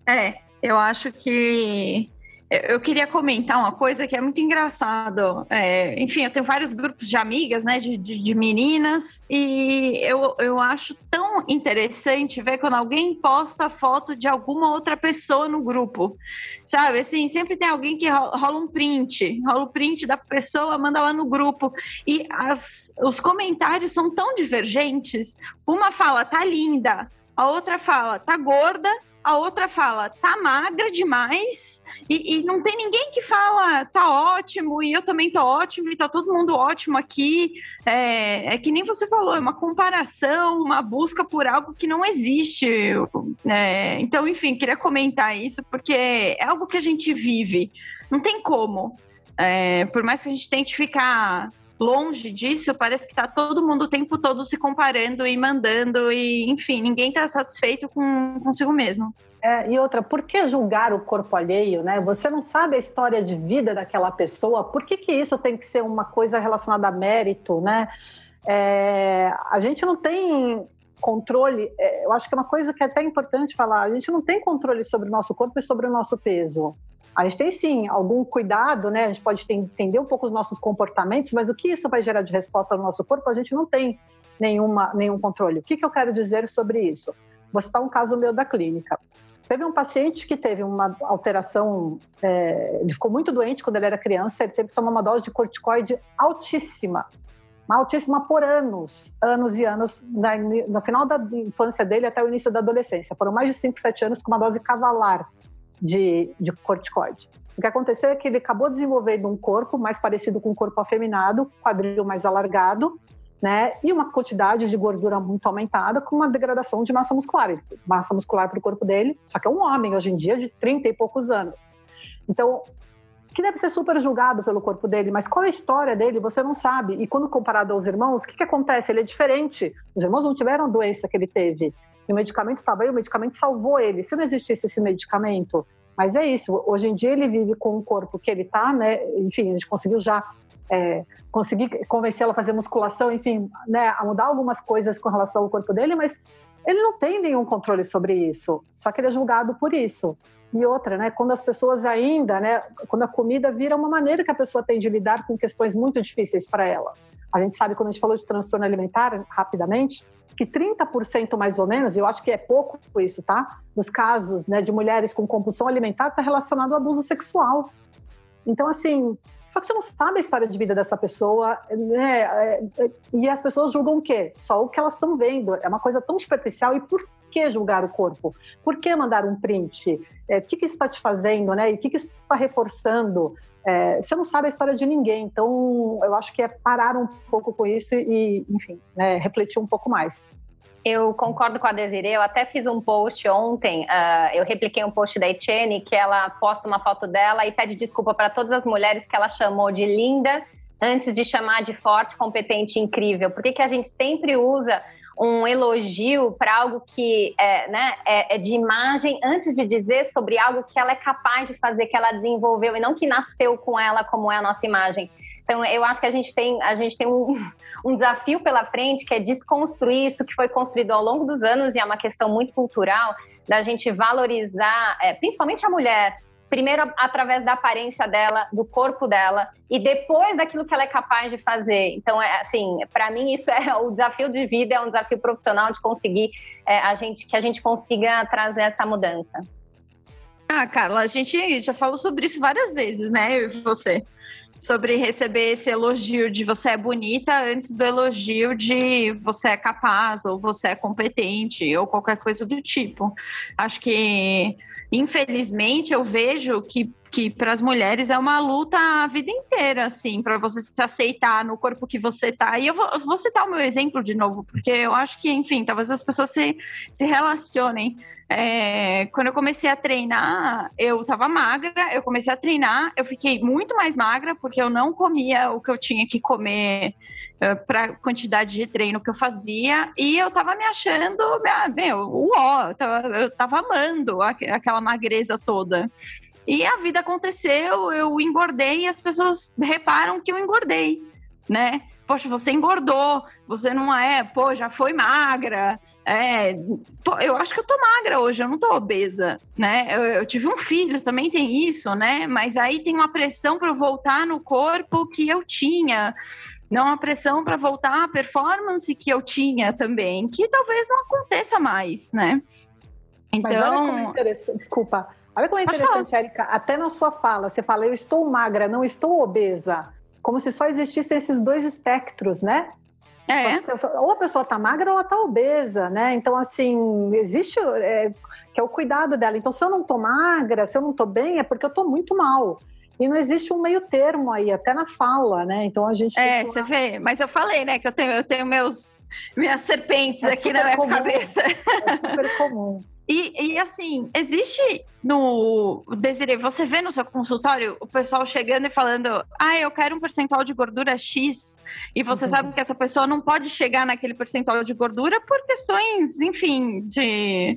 Eu acho que... Eu queria comentar uma coisa que é muito engraçado. Enfim, eu tenho vários grupos de amigas, né, de meninas, e eu acho tão interessante ver quando alguém posta foto de alguma outra pessoa no grupo, sabe? Assim, sempre tem alguém que rola o print da pessoa, manda lá no grupo, e os comentários são tão divergentes. Uma fala, tá linda, a outra fala, tá gorda, a outra fala, tá magra demais, e não tem ninguém que fala, tá ótimo, e eu também tô ótimo, e tá todo mundo ótimo aqui. É que nem você falou, é uma comparação, uma busca por algo que não existe. Então, enfim, queria comentar isso, porque é algo que a gente vive, não tem como. Por mais que a gente tente ficar longe disso, parece que tá todo mundo o tempo todo se comparando e mandando, e enfim, ninguém tá satisfeito consigo mesmo. E outra, por que julgar o corpo alheio, né? Você não sabe a história de vida daquela pessoa, por que isso tem que ser uma coisa relacionada a mérito, né? A gente não tem controle, eu acho que é uma coisa que é até importante falar, a gente não tem controle sobre o nosso corpo e sobre o nosso peso. A gente tem, sim, algum cuidado, né? A gente pode entender um pouco os nossos comportamentos, mas o que isso vai gerar de resposta no nosso corpo, a gente não tem nenhum controle. O que eu quero dizer sobre isso? Vou citar um caso meu da clínica. Teve um paciente que teve uma alteração, ele ficou muito doente quando ele era criança, ele teve que tomar uma dose de corticoide altíssima por anos e anos, no final da infância dele até o início da adolescência. Foram mais de 5, 7 anos com uma dose cavalar de corticoide. O que aconteceu é que ele acabou desenvolvendo um corpo mais parecido com um corpo afeminado, quadril mais alargado, né? E uma quantidade de gordura muito aumentada, com uma degradação de massa muscular. Massa muscular para o corpo dele, só que é um homem hoje em dia de 30 e poucos anos. Então, que deve ser super julgado pelo corpo dele, mas qual é a história dele, você não sabe. E quando comparado aos irmãos, o que acontece? Ele é diferente. Os irmãos não tiveram a doença que ele teve. E o medicamento estava aí, o medicamento salvou ele. Se não existisse esse medicamento, mas é isso. Hoje em dia ele vive com o corpo que ele está, né? Enfim, a gente conseguiu já conseguir convencê-lo a fazer musculação, enfim, né? A mudar algumas coisas com relação ao corpo dele, mas ele não tem nenhum controle sobre isso. Só que ele é julgado por isso. E outra, né? Quando as pessoas ainda, né? Quando a comida vira uma maneira que a pessoa tem de lidar com questões muito difíceis para ela. A gente sabe, quando a gente falou de transtorno alimentar, rapidamente, que 30% mais ou menos, eu acho que é pouco isso, tá? Nos casos, né, de mulheres com compulsão alimentar, está relacionado ao abuso sexual. Então, assim, só que você não sabe a história de vida dessa pessoa, né? E as pessoas julgam o quê? Só o que elas estão vendo. É uma coisa tão superficial. E por que julgar o corpo? Por que mandar um print? O que isso está te fazendo, né? E o que isso está reforçando? Você não sabe a história de ninguém. Então, eu acho que é parar um pouco com isso e, enfim, né, refletir um pouco mais. Eu concordo com a Desiree, eu até fiz um post ontem, eu repliquei um post da Etienne, que ela posta uma foto dela e pede desculpa para todas as mulheres que ela chamou de linda antes de chamar de forte, competente e incrível. Por que a gente sempre usa um elogio para algo que é de imagem antes de dizer sobre algo que ela é capaz de fazer, que ela desenvolveu e não que nasceu com ela como é a nossa imagem? Então, eu acho que a gente tem um desafio pela frente, que é desconstruir isso que foi construído ao longo dos anos, e é uma questão muito cultural, da gente valorizar, principalmente a mulher, primeiro através da aparência dela, do corpo dela, e depois daquilo que ela é capaz de fazer. Então, assim, para mim isso é o desafio de vida, é um desafio profissional de conseguir que a gente consiga trazer essa mudança. Carla, a gente já falou sobre isso várias vezes, né, eu e você. Sobre receber esse elogio de você é bonita antes do elogio de você é capaz ou você é competente ou qualquer coisa do tipo. Acho que, infelizmente, eu vejo que para as mulheres é uma luta a vida inteira, assim, para você se aceitar no corpo que você tá. E eu vou citar o meu exemplo de novo, porque eu acho que, enfim, talvez as pessoas se relacionem. Quando eu comecei a treinar, eu tava magra, eu comecei a treinar, eu fiquei muito mais magra, porque eu não comia o que eu tinha que comer para a quantidade de treino que eu fazia, e eu tava me achando, eu tava amando aquela magreza toda. E a vida aconteceu, eu engordei e as pessoas reparam que eu engordei, né? Poxa, você engordou, você não já foi magra. Eu acho que eu tô magra hoje, eu não tô obesa, né? Eu tive um filho, também tem isso, né? Mas aí tem uma pressão para eu voltar no corpo que eu tinha. Não uma pressão para voltar à performance que eu tinha também, que talvez não aconteça mais, né? Então... Mas olha como é interessante, desculpa. Olha como é interessante, Érica, até na sua fala, você fala, eu estou magra, não estou obesa, como se só existissem esses dois espectros, né? Ou a pessoa está magra ou ela está obesa, né? Então, assim, existe que é o cuidado dela. Então, se eu não estou magra, se eu não estou bem, é porque eu estou muito mal. E não existe um meio termo aí, até na fala, né? Então a gente... você vê, mas eu falei, né, que eu tenho minhas serpentes aqui na minha cabeça. É super comum. E assim, existe Desirê, você vê no seu consultório o pessoal chegando e falando, eu quero um percentual de gordura X, e você sabe que essa pessoa não pode chegar naquele percentual de gordura por questões, enfim, de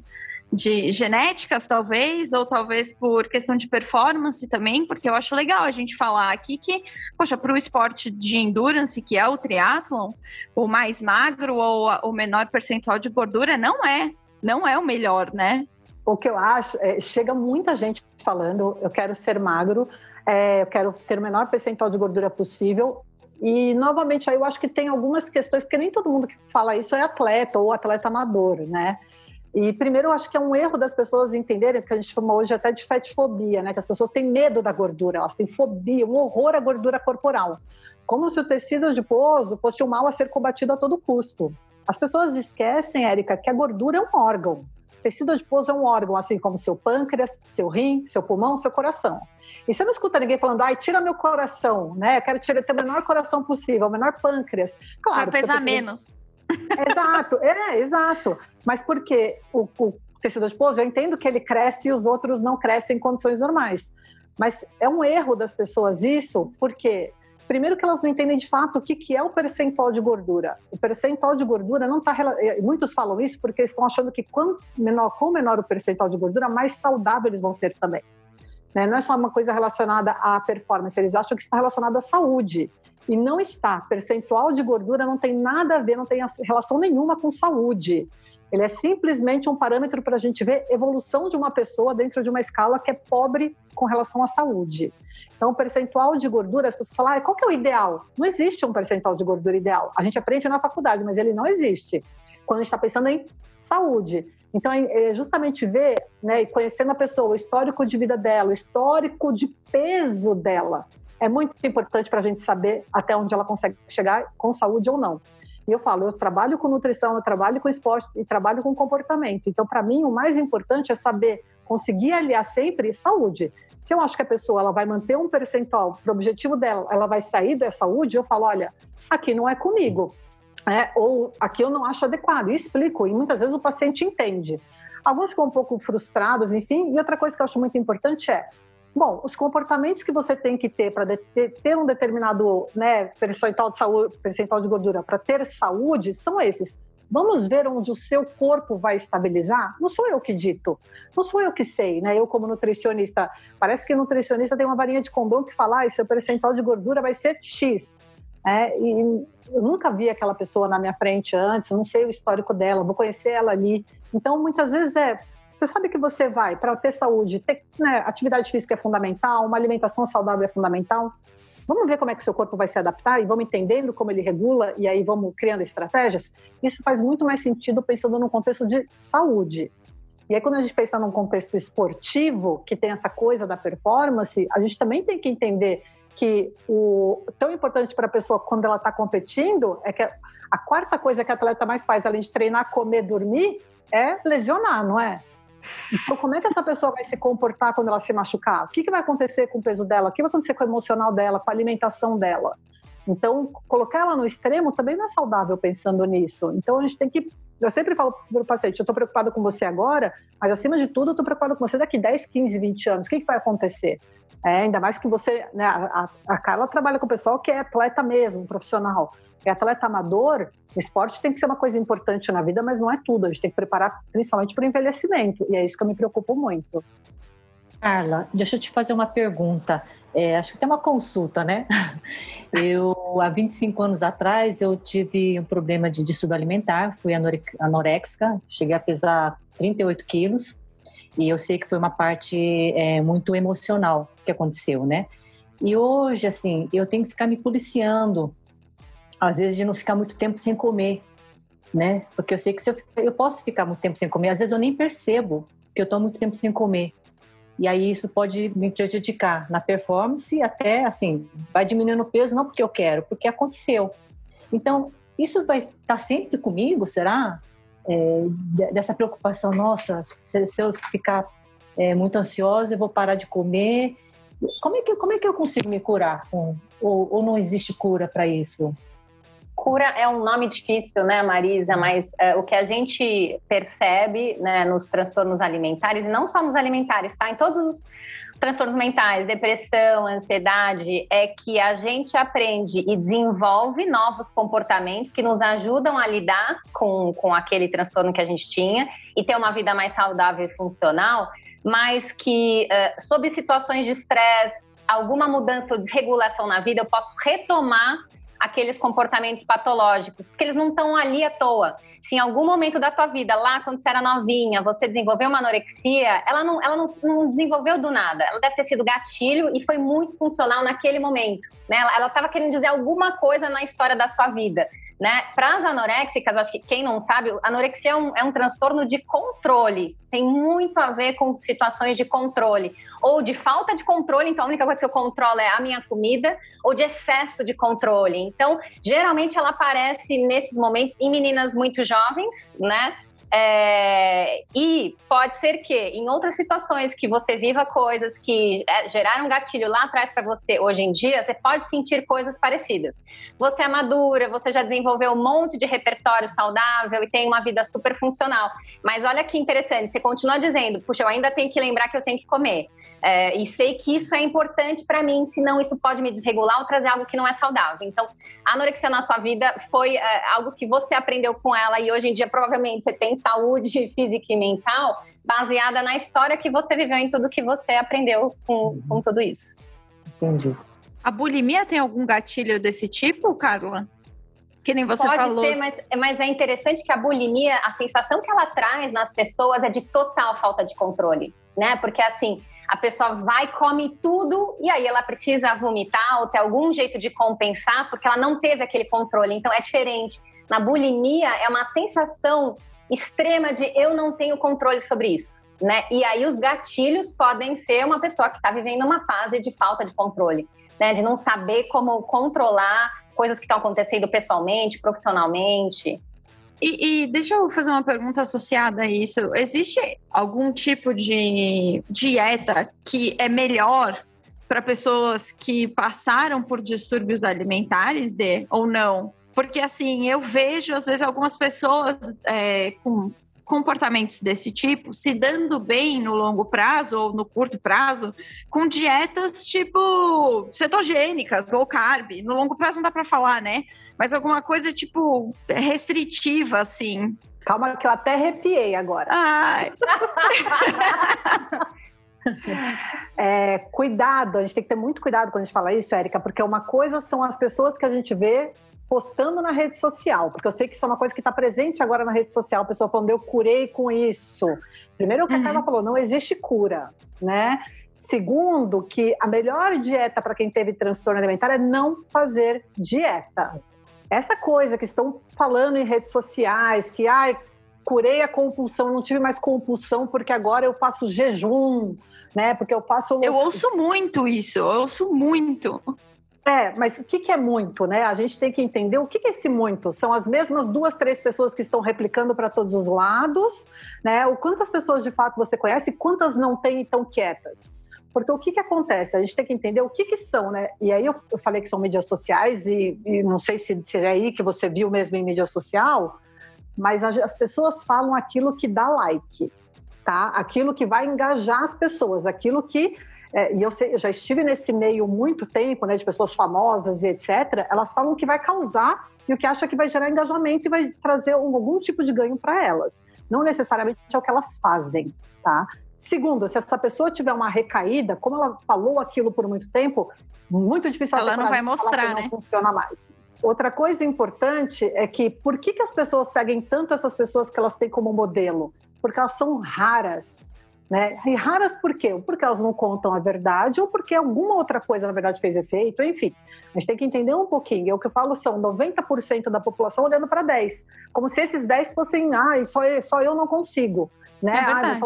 genéticas, talvez, ou talvez por questão de performance também, porque eu acho legal a gente falar aqui que, poxa, para o esporte de endurance, que é o triatlon, o mais magro ou o menor percentual de gordura não é o melhor, né? O que eu acho, chega muita gente falando, eu quero ser magro, eu quero ter o menor percentual de gordura possível, e novamente aí eu acho que tem algumas questões, porque nem todo mundo que fala isso é atleta ou atleta amador, né? E primeiro eu acho que é um erro das pessoas entenderem, que a gente chama hoje até de fatfobia, né? Que as pessoas têm medo da gordura, elas têm fobia, um horror à gordura corporal. Como se o tecido adiposo fosse um mal a ser combatido a todo custo. As pessoas esquecem, Érica, que a gordura é um órgão. O tecido adiposo é um órgão, assim como seu pâncreas, seu rim, seu pulmão, seu coração. E você não escuta ninguém falando, tira meu coração, né? Eu quero ter o menor coração possível, o menor pâncreas. Claro, para pesar menos. Exato, exato. Mas por quê? O tecido adiposo, eu entendo que ele cresce e os outros não crescem em condições normais. Mas é um erro das pessoas isso, porque... Primeiro que elas não entendem de fato o que é o percentual de gordura. O percentual de gordura não está... Muitos falam isso porque eles estão achando que quanto menor o percentual de gordura, mais saudável eles vão ser também. Né? Não é só uma coisa relacionada à performance, eles acham que está relacionado à saúde. E não está. Percentual de gordura não tem nada a ver, não tem relação nenhuma com saúde. Ele é simplesmente um parâmetro para a gente ver evolução de uma pessoa dentro de uma escala que é pobre com relação à saúde. Então, o percentual de gordura, as pessoas falam, qual que é o ideal? Não existe um percentual de gordura ideal. A gente aprende na faculdade, mas ele não existe. Quando a gente está pensando em saúde. Então, é justamente ver, né, e conhecendo a pessoa, o histórico de vida dela, o histórico de peso dela. É muito importante para a gente saber até onde ela consegue chegar com saúde ou não. E eu falo, eu trabalho com nutrição, eu trabalho com esporte e trabalho com comportamento. Então, para mim, o mais importante é saber conseguir aliar sempre saúde. Se eu acho que a pessoa ela vai manter um percentual para o objetivo dela, ela vai sair da saúde, eu falo, olha, aqui não é comigo. Ou aqui eu não acho adequado. E explico, e muitas vezes o paciente entende. Alguns ficam um pouco frustrados, enfim. E outra coisa que eu acho muito importante bom, os comportamentos que você tem que ter para ter um determinado, né, percentual de gordura para ter saúde são esses. Vamos ver onde o seu corpo vai estabilizar? Não sou eu que dito, não sou eu que sei, né? Eu como nutricionista, parece que nutricionista tem uma varinha de condom que fala, seu percentual de gordura vai ser X. E eu nunca vi aquela pessoa na minha frente antes, não sei o histórico dela, vou conhecer ela ali. Então, muitas vezes você sabe que você vai, para ter saúde, né, atividade física é fundamental, uma alimentação saudável é fundamental. Vamos ver como é que o seu corpo vai se adaptar e vamos entendendo como ele regula e aí vamos criando estratégias. Isso faz muito mais sentido pensando num contexto de saúde. E aí, quando a gente pensa num contexto esportivo, que tem essa coisa da performance, a gente também tem que entender que o tão importante para a pessoa quando ela está competindo é que a quarta coisa que a atleta mais faz, além de treinar, comer, dormir, é lesionar, não é? Então, como é que essa pessoa vai se comportar quando ela se machucar? O que vai acontecer com o peso dela? O que vai acontecer com o emocional dela, com a alimentação dela? Então, colocar ela no extremo também não é saudável pensando nisso. Então, a gente tem que... Eu sempre falo para o paciente, eu estou preocupada com você agora, mas acima de tudo, eu estou preocupada com você daqui 10, 15, 20 anos. O que vai acontecer? Ainda mais que você... Né, a Carla trabalha com o pessoal que é atleta mesmo, profissional. É atleta amador, o esporte tem que ser uma coisa importante na vida, mas não é tudo. A gente tem que preparar principalmente para o envelhecimento. E é isso que eu me preocupo muito. Carla, deixa eu te fazer uma pergunta. Acho que tem uma consulta, né? Há 25 anos atrás, eu tive um problema de distúrbio alimentar, fui anoréxica, cheguei a pesar 38 quilos, e eu sei que foi uma parte muito emocional que aconteceu, né? E hoje, assim, eu tenho que ficar me policiando, às vezes de não ficar muito tempo sem comer, né? Porque eu sei que se eu posso ficar muito tempo sem comer, às vezes eu nem percebo que eu estou muito tempo sem comer. E aí isso pode me prejudicar na performance, até assim, vai diminuindo o peso, não porque eu quero, porque aconteceu. Então, isso vai estar sempre comigo, será? Dessa preocupação, nossa, se eu ficar muito ansiosa, eu vou parar de comer. Como é que eu consigo me curar? Ou não existe cura para isso? Cura é um nome difícil, né, Marisa? Mas o que a gente percebe, né, nos transtornos alimentares, e não só nos alimentares, tá? Em todos os transtornos mentais, depressão, ansiedade, é que a gente aprende e desenvolve novos comportamentos que nos ajudam a lidar com aquele transtorno que a gente tinha e ter uma vida mais saudável e funcional, mas que, sob situações de estresse, alguma mudança ou desregulação na vida, eu posso retomar aqueles comportamentos patológicos, porque eles não estão ali à toa. Se em algum momento da tua vida, lá quando você era novinha, você desenvolveu uma anorexia, ela não desenvolveu do nada. Ela deve ter sido gatilho e foi muito funcional naquele momento, né? Ela estava querendo dizer alguma coisa na história da sua vida, né? Para as anoréxicas, acho que quem não sabe, a anorexia é um transtorno de controle. Tem muito a ver com situações de controle. Ou de falta de controle, então a única coisa que eu controlo é a minha comida, ou de excesso de controle. Então, geralmente ela aparece nesses momentos em meninas muito jovens, né? E pode ser que em outras situações que você viva coisas que geraram gatilho lá atrás para você hoje em dia, você pode sentir coisas parecidas. Você é madura, você já desenvolveu um monte de repertório saudável e tem uma vida super funcional. Mas olha que interessante, você continua dizendo, puxa, eu ainda tenho que lembrar que eu tenho que comer. E sei que isso é importante para mim, senão isso pode me desregular ou trazer algo que não é saudável. Então, a anorexia na sua vida foi algo que você aprendeu com ela e hoje em dia provavelmente você tem saúde física e mental baseada na história que você viveu, em tudo que você aprendeu com tudo isso. Entendi. A bulimia tem algum gatilho desse tipo, Carla? Que nem você falou. Pode ser, mas é interessante que a bulimia, a sensação que ela traz nas pessoas é de total falta de controle, né? Porque assim, a pessoa vai, come tudo e aí ela precisa vomitar ou ter algum jeito de compensar porque ela não teve aquele controle. Então é diferente. Na bulimia é uma sensação extrema de eu não tenho controle sobre isso, né? E aí os gatilhos podem ser uma pessoa que está vivendo uma fase de falta de controle, né? De não saber como controlar coisas que estão acontecendo pessoalmente, profissionalmente. E deixa eu fazer uma pergunta associada a isso. Existe algum tipo de dieta que é melhor para pessoas que passaram por distúrbios alimentares, ou não? Porque, assim, eu vejo, às vezes, algumas pessoas com comportamentos desse tipo se dando bem no longo prazo ou no curto prazo com dietas tipo cetogênicas ou carb. No longo prazo não dá para falar, né? Mas alguma coisa tipo restritiva, assim. Calma que eu até arrepiei agora. Ai. Cuidado, a gente tem que ter muito cuidado quando a gente fala isso, Érica, porque uma coisa são as pessoas que a gente vê postando na rede social, porque eu sei que isso é uma coisa que está presente agora na rede social, a pessoa falando, eu curei com isso. Primeiro, o que a Carla falou, não existe cura, né? Segundo, que a melhor dieta para quem teve transtorno alimentar é não fazer dieta. Essa coisa que estão falando em redes sociais, que curei a compulsão, não tive mais compulsão porque agora eu faço jejum, né? Porque eu faço... Eu ouço muito isso, eu ouço muito. Mas o que é muito, né? A gente tem que entender o que é esse muito. São as mesmas 2, 3 pessoas que estão replicando para todos os lados, né? O quantas pessoas de fato você conhece e quantas não têm e estão quietas. Porque o que acontece? A gente tem que entender o que são, né? E aí eu falei que são mídias sociais e não sei se é aí que você viu mesmo em mídia social, mas as pessoas falam aquilo que dá like, tá? Aquilo que vai engajar as pessoas, aquilo que... e eu já estive nesse meio muito tempo, né, de pessoas famosas e etc. Elas falam o que vai causar e o que acha que vai gerar engajamento e vai trazer algum tipo de ganho para elas. Não necessariamente é o que elas fazem, tá? Segundo, se essa pessoa tiver uma recaída, como ela falou aquilo por muito tempo, muito difícil ela não vai mostrar, né? Não funciona mais. Outra coisa importante é que por que as pessoas seguem tanto essas pessoas que elas têm como modelo? Porque elas são raras. Né? E raras por quê? Porque elas não contam a verdade ou porque alguma outra coisa, na verdade, fez efeito, enfim. A gente tem que entender um pouquinho. E o que eu falo são 90% da população olhando para 10%. Como se esses 10% fossem, só eu não consigo. Né?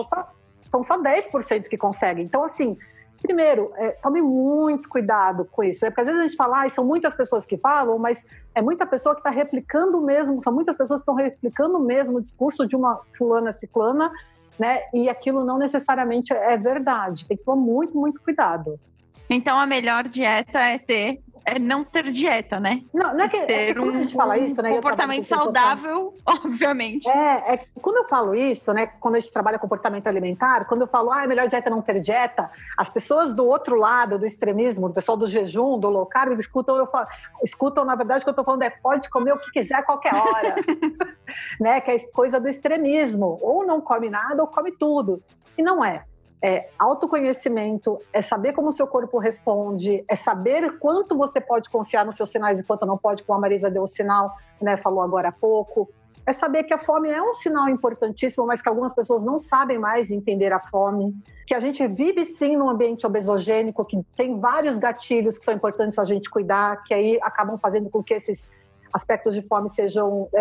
São só 10% que conseguem. Então, assim, primeiro, tome muito cuidado com isso. Porque às vezes a gente fala, são muitas pessoas que falam, mas é muita pessoa que está replicando mesmo, são muitas pessoas que estão replicando mesmo o discurso de uma fulana ciclana, né? E aquilo não necessariamente é verdade. Tem que tomar muito, muito cuidado. Então, a melhor dieta é não ter dieta, né? Não é que ter quando a gente fala isso, né? Comportamento saudável, obviamente. Quando eu falo isso, né? Quando a gente trabalha comportamento alimentar, quando eu falo, a melhor dieta é não ter dieta, as pessoas do outro lado do extremismo, do pessoal do jejum, do low carb, escutam, na verdade, o que eu tô falando pode comer o que quiser a qualquer hora. Né? Que é coisa do extremismo. Ou não come nada ou come tudo. E não é. É autoconhecimento, é saber como o seu corpo responde, é saber quanto você pode confiar nos seus sinais e quanto não pode, como a Marisa deu o sinal, né, falou agora há pouco. É saber que a fome é um sinal importantíssimo, mas que algumas pessoas não sabem mais entender a fome. Que a gente vive sim num ambiente obesogênico, que tem vários gatilhos que são importantes a gente cuidar, que aí acabam fazendo com que esses aspectos de fome sejam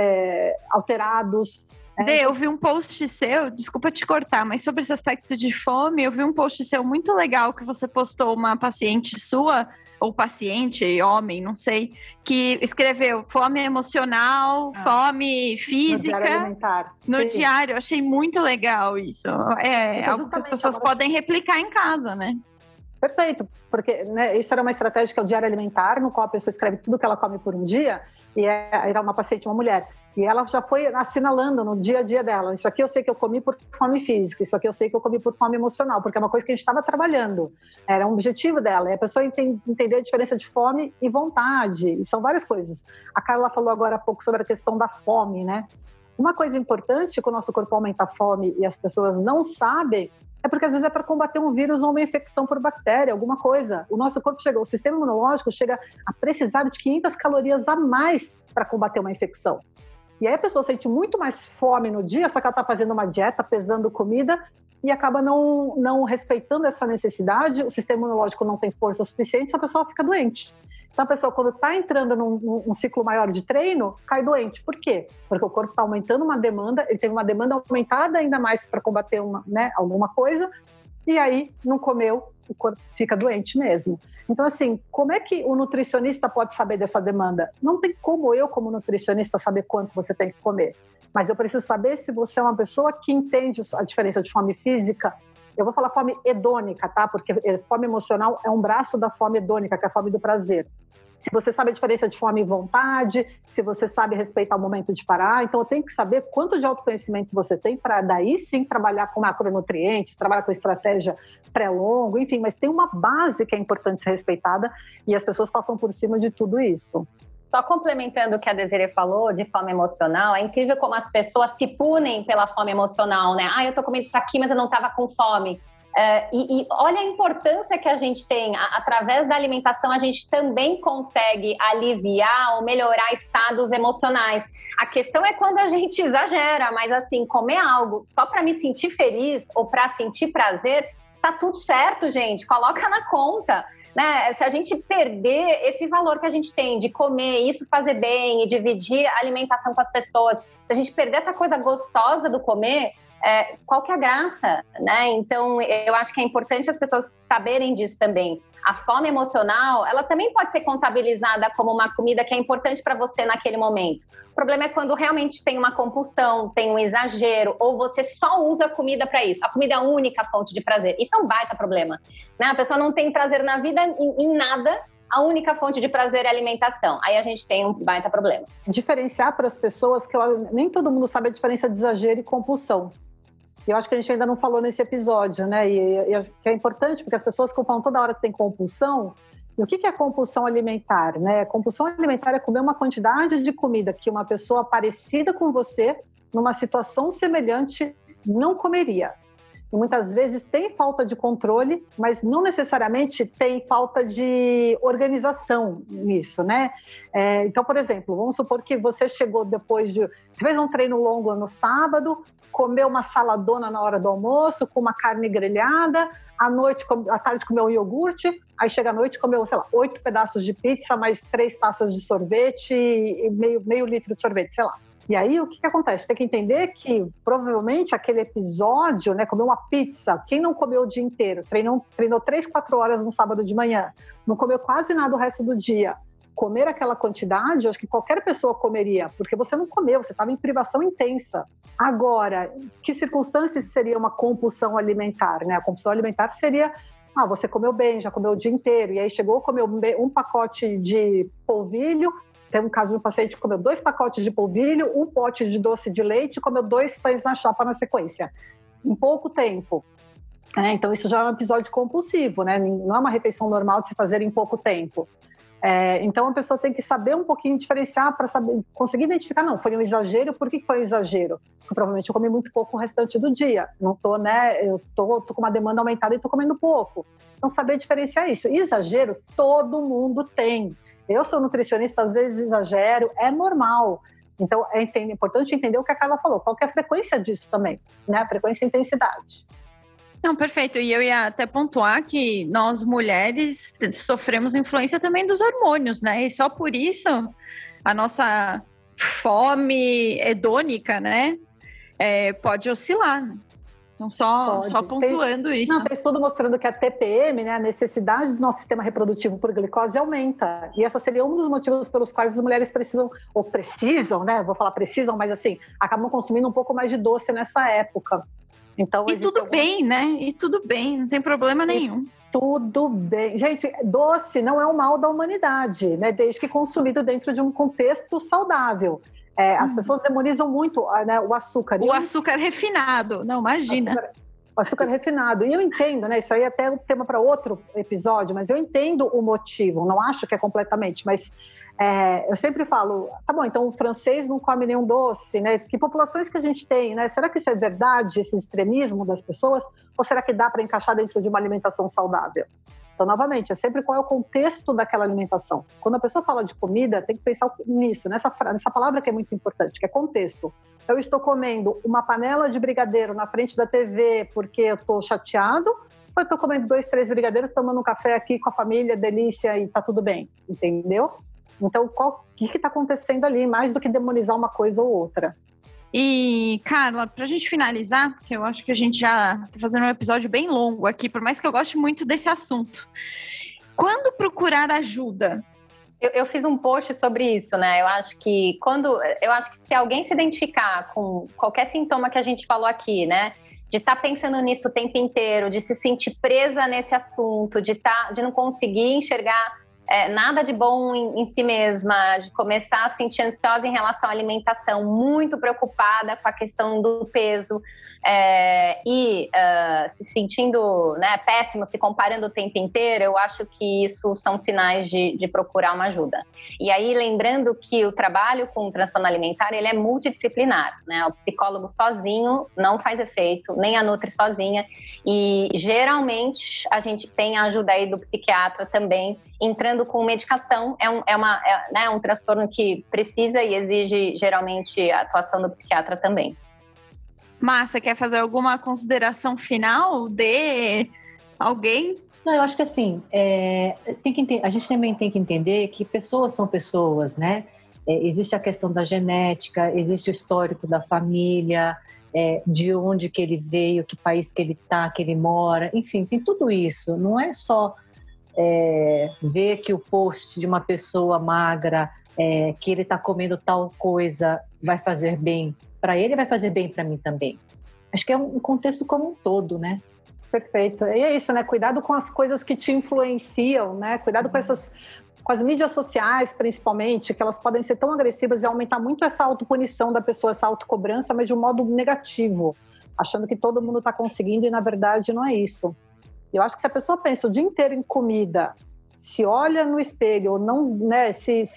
alterados. Eu vi um post seu, desculpa te cortar, mas sobre esse aspecto de fome, eu vi um post seu muito legal que você postou uma paciente sua, ou paciente, homem, não sei, que escreveu fome emocional, fome física. No diário alimentar. No diário, eu achei muito legal isso. É algo que as pessoas podem replicar em casa, né? Perfeito, porque né, isso era uma estratégia que é o diário alimentar, no qual a pessoa escreve tudo que ela come por um dia, e era uma paciente, uma mulher. E ela já foi assinalando no dia a dia dela. Isso aqui eu sei que eu comi por fome física, isso aqui eu sei que eu comi por fome emocional, porque é uma coisa que a gente estava trabalhando. Era um objetivo dela. E a pessoa entender a diferença de fome e vontade. E são várias coisas. A Carla falou agora há pouco sobre a questão da fome, né? Uma coisa importante que o nosso corpo aumenta a fome e as pessoas não sabem é porque às vezes é para combater um vírus ou uma infecção por bactéria, alguma coisa. O nosso corpo o sistema imunológico chega a precisar de 500 calorias a mais para combater uma infecção. E aí a pessoa sente muito mais fome no dia, só que ela está fazendo uma dieta, pesando comida, e acaba não respeitando essa necessidade, o sistema imunológico não tem força suficiente, a pessoa fica doente. Então a pessoa, quando está entrando num ciclo maior de treino, cai doente. Por quê? Porque o corpo está aumentando uma demanda, ele tem uma demanda aumentada ainda mais para combater alguma coisa, e aí não comeu, o corpo fica doente mesmo. Então, assim, como é que o nutricionista pode saber dessa demanda? Não tem como eu, como nutricionista, saber quanto você tem que comer. Mas eu preciso saber se você é uma pessoa que entende a diferença de fome física. Eu vou falar fome hedônica, tá? Porque fome emocional é um braço da fome hedônica, que é a fome do prazer. Se você sabe a diferença de fome e vontade, se você sabe respeitar o momento de parar, então eu tenho que saber quanto de autoconhecimento você tem para daí sim trabalhar com macronutrientes, trabalhar com estratégia pré-longo, enfim, mas tem uma base que é importante ser respeitada e as pessoas passam por cima de tudo isso. Só complementando o que a Desirê falou de fome emocional, é incrível como as pessoas se punem pela fome emocional, né? Eu tô comendo isso aqui, mas eu não estava com fome. E olha a importância que a gente tem. Através da alimentação, a gente também consegue aliviar ou melhorar estados emocionais. A questão é quando a gente exagera, mas assim, comer algo só para me sentir feliz ou para sentir prazer, tá tudo certo, gente. Coloca na conta. Né? Se a gente perder esse valor que a gente tem de comer, isso fazer bem e dividir a alimentação com as pessoas, Se a gente perder essa coisa gostosa do comer, qual que é a graça, né? Então, eu acho que é importante as pessoas saberem disso também. A fome emocional, ela também pode ser contabilizada como uma comida que é importante para você naquele momento. O problema é quando realmente tem uma compulsão, tem um exagero, ou você só usa a comida para isso. A comida é a única fonte de prazer. Isso é um baita problema, né? A pessoa não tem prazer na vida em nada. A única fonte de prazer é a alimentação. Aí a gente tem um baita problema. Diferenciar para as pessoas que nem todo mundo sabe a diferença de exagero e compulsão. Eu acho que a gente ainda não falou nesse episódio, né? E que é importante, porque as pessoas falam toda hora que tem compulsão. E o que é compulsão alimentar, né? Compulsão alimentar é comer uma quantidade de comida que uma pessoa parecida com você, numa situação semelhante, não comeria. E muitas vezes tem falta de controle, mas não necessariamente tem falta de organização nisso, né? Então, por exemplo, vamos supor que você chegou depois fez um treino longo no sábado, comeu uma saladona na hora do almoço, com uma carne grelhada, à tarde comeu um iogurte, aí chega à noite comeu, 8 pedaços de pizza, mais 3 taças de sorvete e meio litro de sorvete, sei lá. E aí, o que acontece? Tem que entender que, provavelmente, aquele episódio, né, comer uma pizza, quem não comeu o dia inteiro, treinou 3, 4 horas no sábado de manhã, não comeu quase nada o resto do dia, comer aquela quantidade, eu acho que qualquer pessoa comeria, porque você não comeu, você estava em privação intensa. Agora, que circunstâncias seria uma compulsão alimentar, né? A compulsão alimentar seria, você comeu bem, já comeu o dia inteiro, e aí chegou, comeu um pacote de polvilho. Tem um caso de um paciente que comeu 2 pacotes de polvilho, 1 pote de doce de leite, comeu 2 pães na chapa na sequência, em pouco tempo. Então, isso já é um episódio compulsivo, né? Não é uma refeição normal de se fazer em pouco tempo. Então, a pessoa tem que saber um pouquinho diferenciar para conseguir identificar, não, foi um exagero, por que foi um exagero? Porque provavelmente eu comi muito pouco o restante do dia, não tô, né? Eu tô com uma demanda aumentada e tô comendo pouco. Então, saber diferenciar isso. Exagero, todo mundo tem. Eu sou nutricionista, às vezes exagero, é normal. Então, é importante entender o que a Carla falou, qual que é a frequência disso também, né? A frequência e intensidade. Não, perfeito. E eu ia até pontuar que nós, mulheres, sofremos influência também dos hormônios, né? E só por isso a nossa fome hedônica, né? Pode oscilar, né? Então, só pontuando isso. Não, tem estudo mostrando que a TPM, né, a necessidade do nosso sistema reprodutivo por glicose aumenta. E essa seria um dos motivos pelos quais as mulheres precisam, né? Vou falar precisam, mas assim, acabam consumindo um pouco mais de doce nessa época. Então, e tudo bem, né? E tudo bem, não tem problema nenhum. Tudo bem. Gente, doce não é o mal da humanidade, né? Desde que consumido dentro de um contexto saudável. As pessoas demonizam muito, né, o açúcar. O açúcar refinado, não, imagina. O açúcar refinado. E eu entendo, né? Isso aí é até um tema para outro episódio, mas eu entendo o motivo. Não acho que é completamente, mas eu sempre falo, tá bom, então o francês não come nenhum doce, né? Que populações que a gente tem, né? Será que isso é verdade, esse extremismo das pessoas? Ou será que dá para encaixar dentro de uma alimentação saudável? Então, novamente, é sempre qual é o contexto daquela alimentação. Quando a pessoa fala de comida, tem que pensar nisso, nessa palavra que é muito importante, que é contexto. Eu estou comendo uma panela de brigadeiro na frente da TV porque eu estou chateado, ou eu estou comendo 2, 3 brigadeiros, tomando um café aqui com a família, delícia, e tá tudo bem, entendeu? Então, o que está acontecendo ali, mais do que demonizar uma coisa ou outra? E, Carla, pra gente finalizar, porque eu acho que a gente já tá fazendo um episódio bem longo aqui, por mais que eu goste muito desse assunto. Quando procurar ajuda? Eu fiz um post sobre isso, né? Eu acho que se alguém se identificar com qualquer sintoma que a gente falou aqui, né? De estar pensando nisso o tempo inteiro, de se sentir presa nesse assunto, de não conseguir enxergar nada de bom em si mesma, de começar a se sentir ansiosa em relação à alimentação, muito preocupada com a questão do peso e se sentindo, né, péssimo, se comparando o tempo inteiro, eu acho que isso são sinais de procurar uma ajuda. E aí, lembrando que o trabalho com o transtorno alimentar, ele é multidisciplinar, né? O psicólogo sozinho não faz efeito, nem a nutri sozinha, e geralmente a gente tem a ajuda aí do psiquiatra também, entrando com medicação. É um transtorno que precisa e exige geralmente a atuação do psiquiatra também. Márcia, quer fazer alguma consideração final de alguém? Não, eu acho que assim, a gente também tem que entender que pessoas são pessoas, né? existe a questão da genética, existe o histórico da família, de onde que ele veio, que país que ele está, que ele mora, enfim, tem tudo isso. Não é só ver que o post de uma pessoa magra, que ele está comendo tal coisa, vai fazer bem para ele, vai fazer bem para mim também. Acho que é um contexto como um todo, né? Perfeito. E é isso, né? Cuidado com as coisas que te influenciam, né? Cuidado com as mídias sociais, principalmente, que elas podem ser tão agressivas e aumentar muito essa autopunição da pessoa, essa autocobrança, mas de um modo negativo, achando que todo mundo está conseguindo e, na verdade, não é isso. Eu acho que se a pessoa pensa o dia inteiro em comida, se olha no espelho, ou não, né,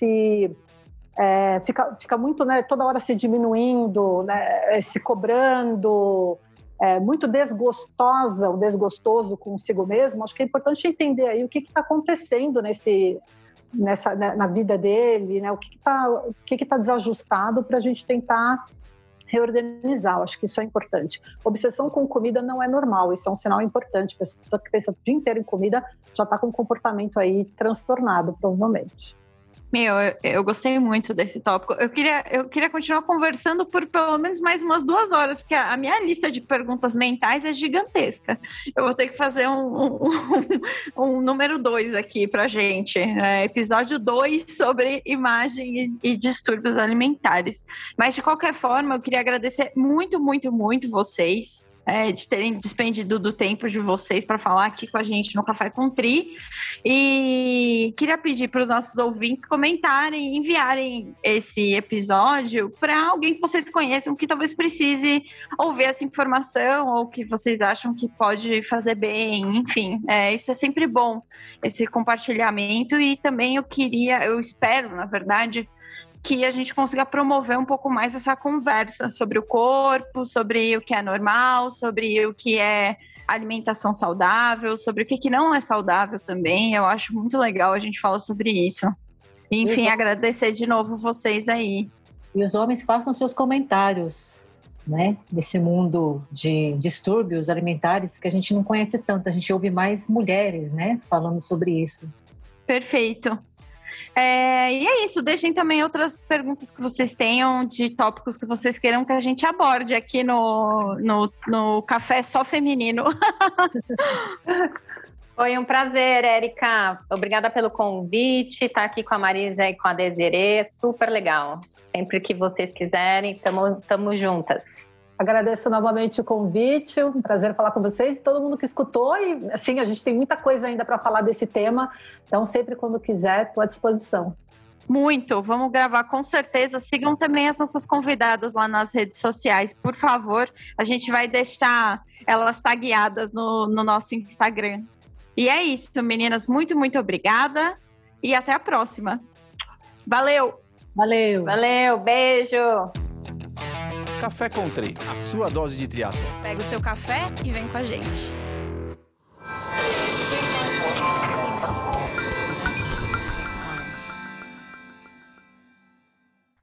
fica muito, né, toda hora se diminuindo, né, se cobrando, muito desgostosa, ou desgostoso consigo mesmo, acho que é importante entender aí o que está acontecendo na vida dele, né, o que está desajustado para a gente tentar reorganizar. Eu acho que isso é importante. Obsessão com comida não é normal, isso é um sinal importante. A pessoa que pensa o dia inteiro em comida já está com um comportamento aí transtornado, provavelmente. Eu gostei muito desse tópico. Eu queria continuar conversando por pelo menos mais umas 2 horas, porque a minha lista de perguntas mentais é gigantesca. Eu vou ter que fazer um número 2 aqui pra gente. Episódio 2 sobre imagem e distúrbios alimentares. Mas, de qualquer forma, eu queria agradecer muito, muito, muito vocês. De terem despendido do tempo de vocês para falar aqui com a gente no Café com Tri. E queria pedir para os nossos ouvintes comentarem, enviarem esse episódio para alguém que vocês conheçam, que talvez precise ouvir essa informação ou que vocês acham que pode fazer bem. Enfim, isso é sempre bom, esse compartilhamento. E também eu espero, na verdade, que a gente consiga promover um pouco mais essa conversa sobre o corpo, sobre o que é normal, sobre o que é alimentação saudável, sobre o que não é saudável também. Eu acho muito legal a gente falar sobre isso. Enfim, agradecer de novo vocês aí. E os homens façam seus comentários, né? Nesse mundo de distúrbios alimentares que a gente não conhece tanto. A gente ouve mais mulheres, né? Falando sobre isso. Perfeito. E é isso, deixem também outras perguntas que vocês tenham, de tópicos que vocês queiram que a gente aborde aqui no Café Só Feminino. Foi um prazer, Érica. Obrigada pelo convite, estar aqui com a Marisa e com a Desirê, super legal. Sempre que vocês quiserem, estamos juntas. Agradeço novamente o convite, um prazer falar com vocês e todo mundo que escutou. E assim, a gente tem muita coisa ainda para falar desse tema, então sempre quando quiser, estou à disposição. Muito, vamos gravar com certeza. Sigam também as nossas convidadas lá nas redes sociais, por favor. A gente vai deixar elas tagueadas no nosso Instagram. E é isso, meninas, muito, muito obrigada e até a próxima. Valeu! Valeu! Valeu, beijo! Café com Tri, a sua dose de triatlon. Pega o seu café e vem com a gente.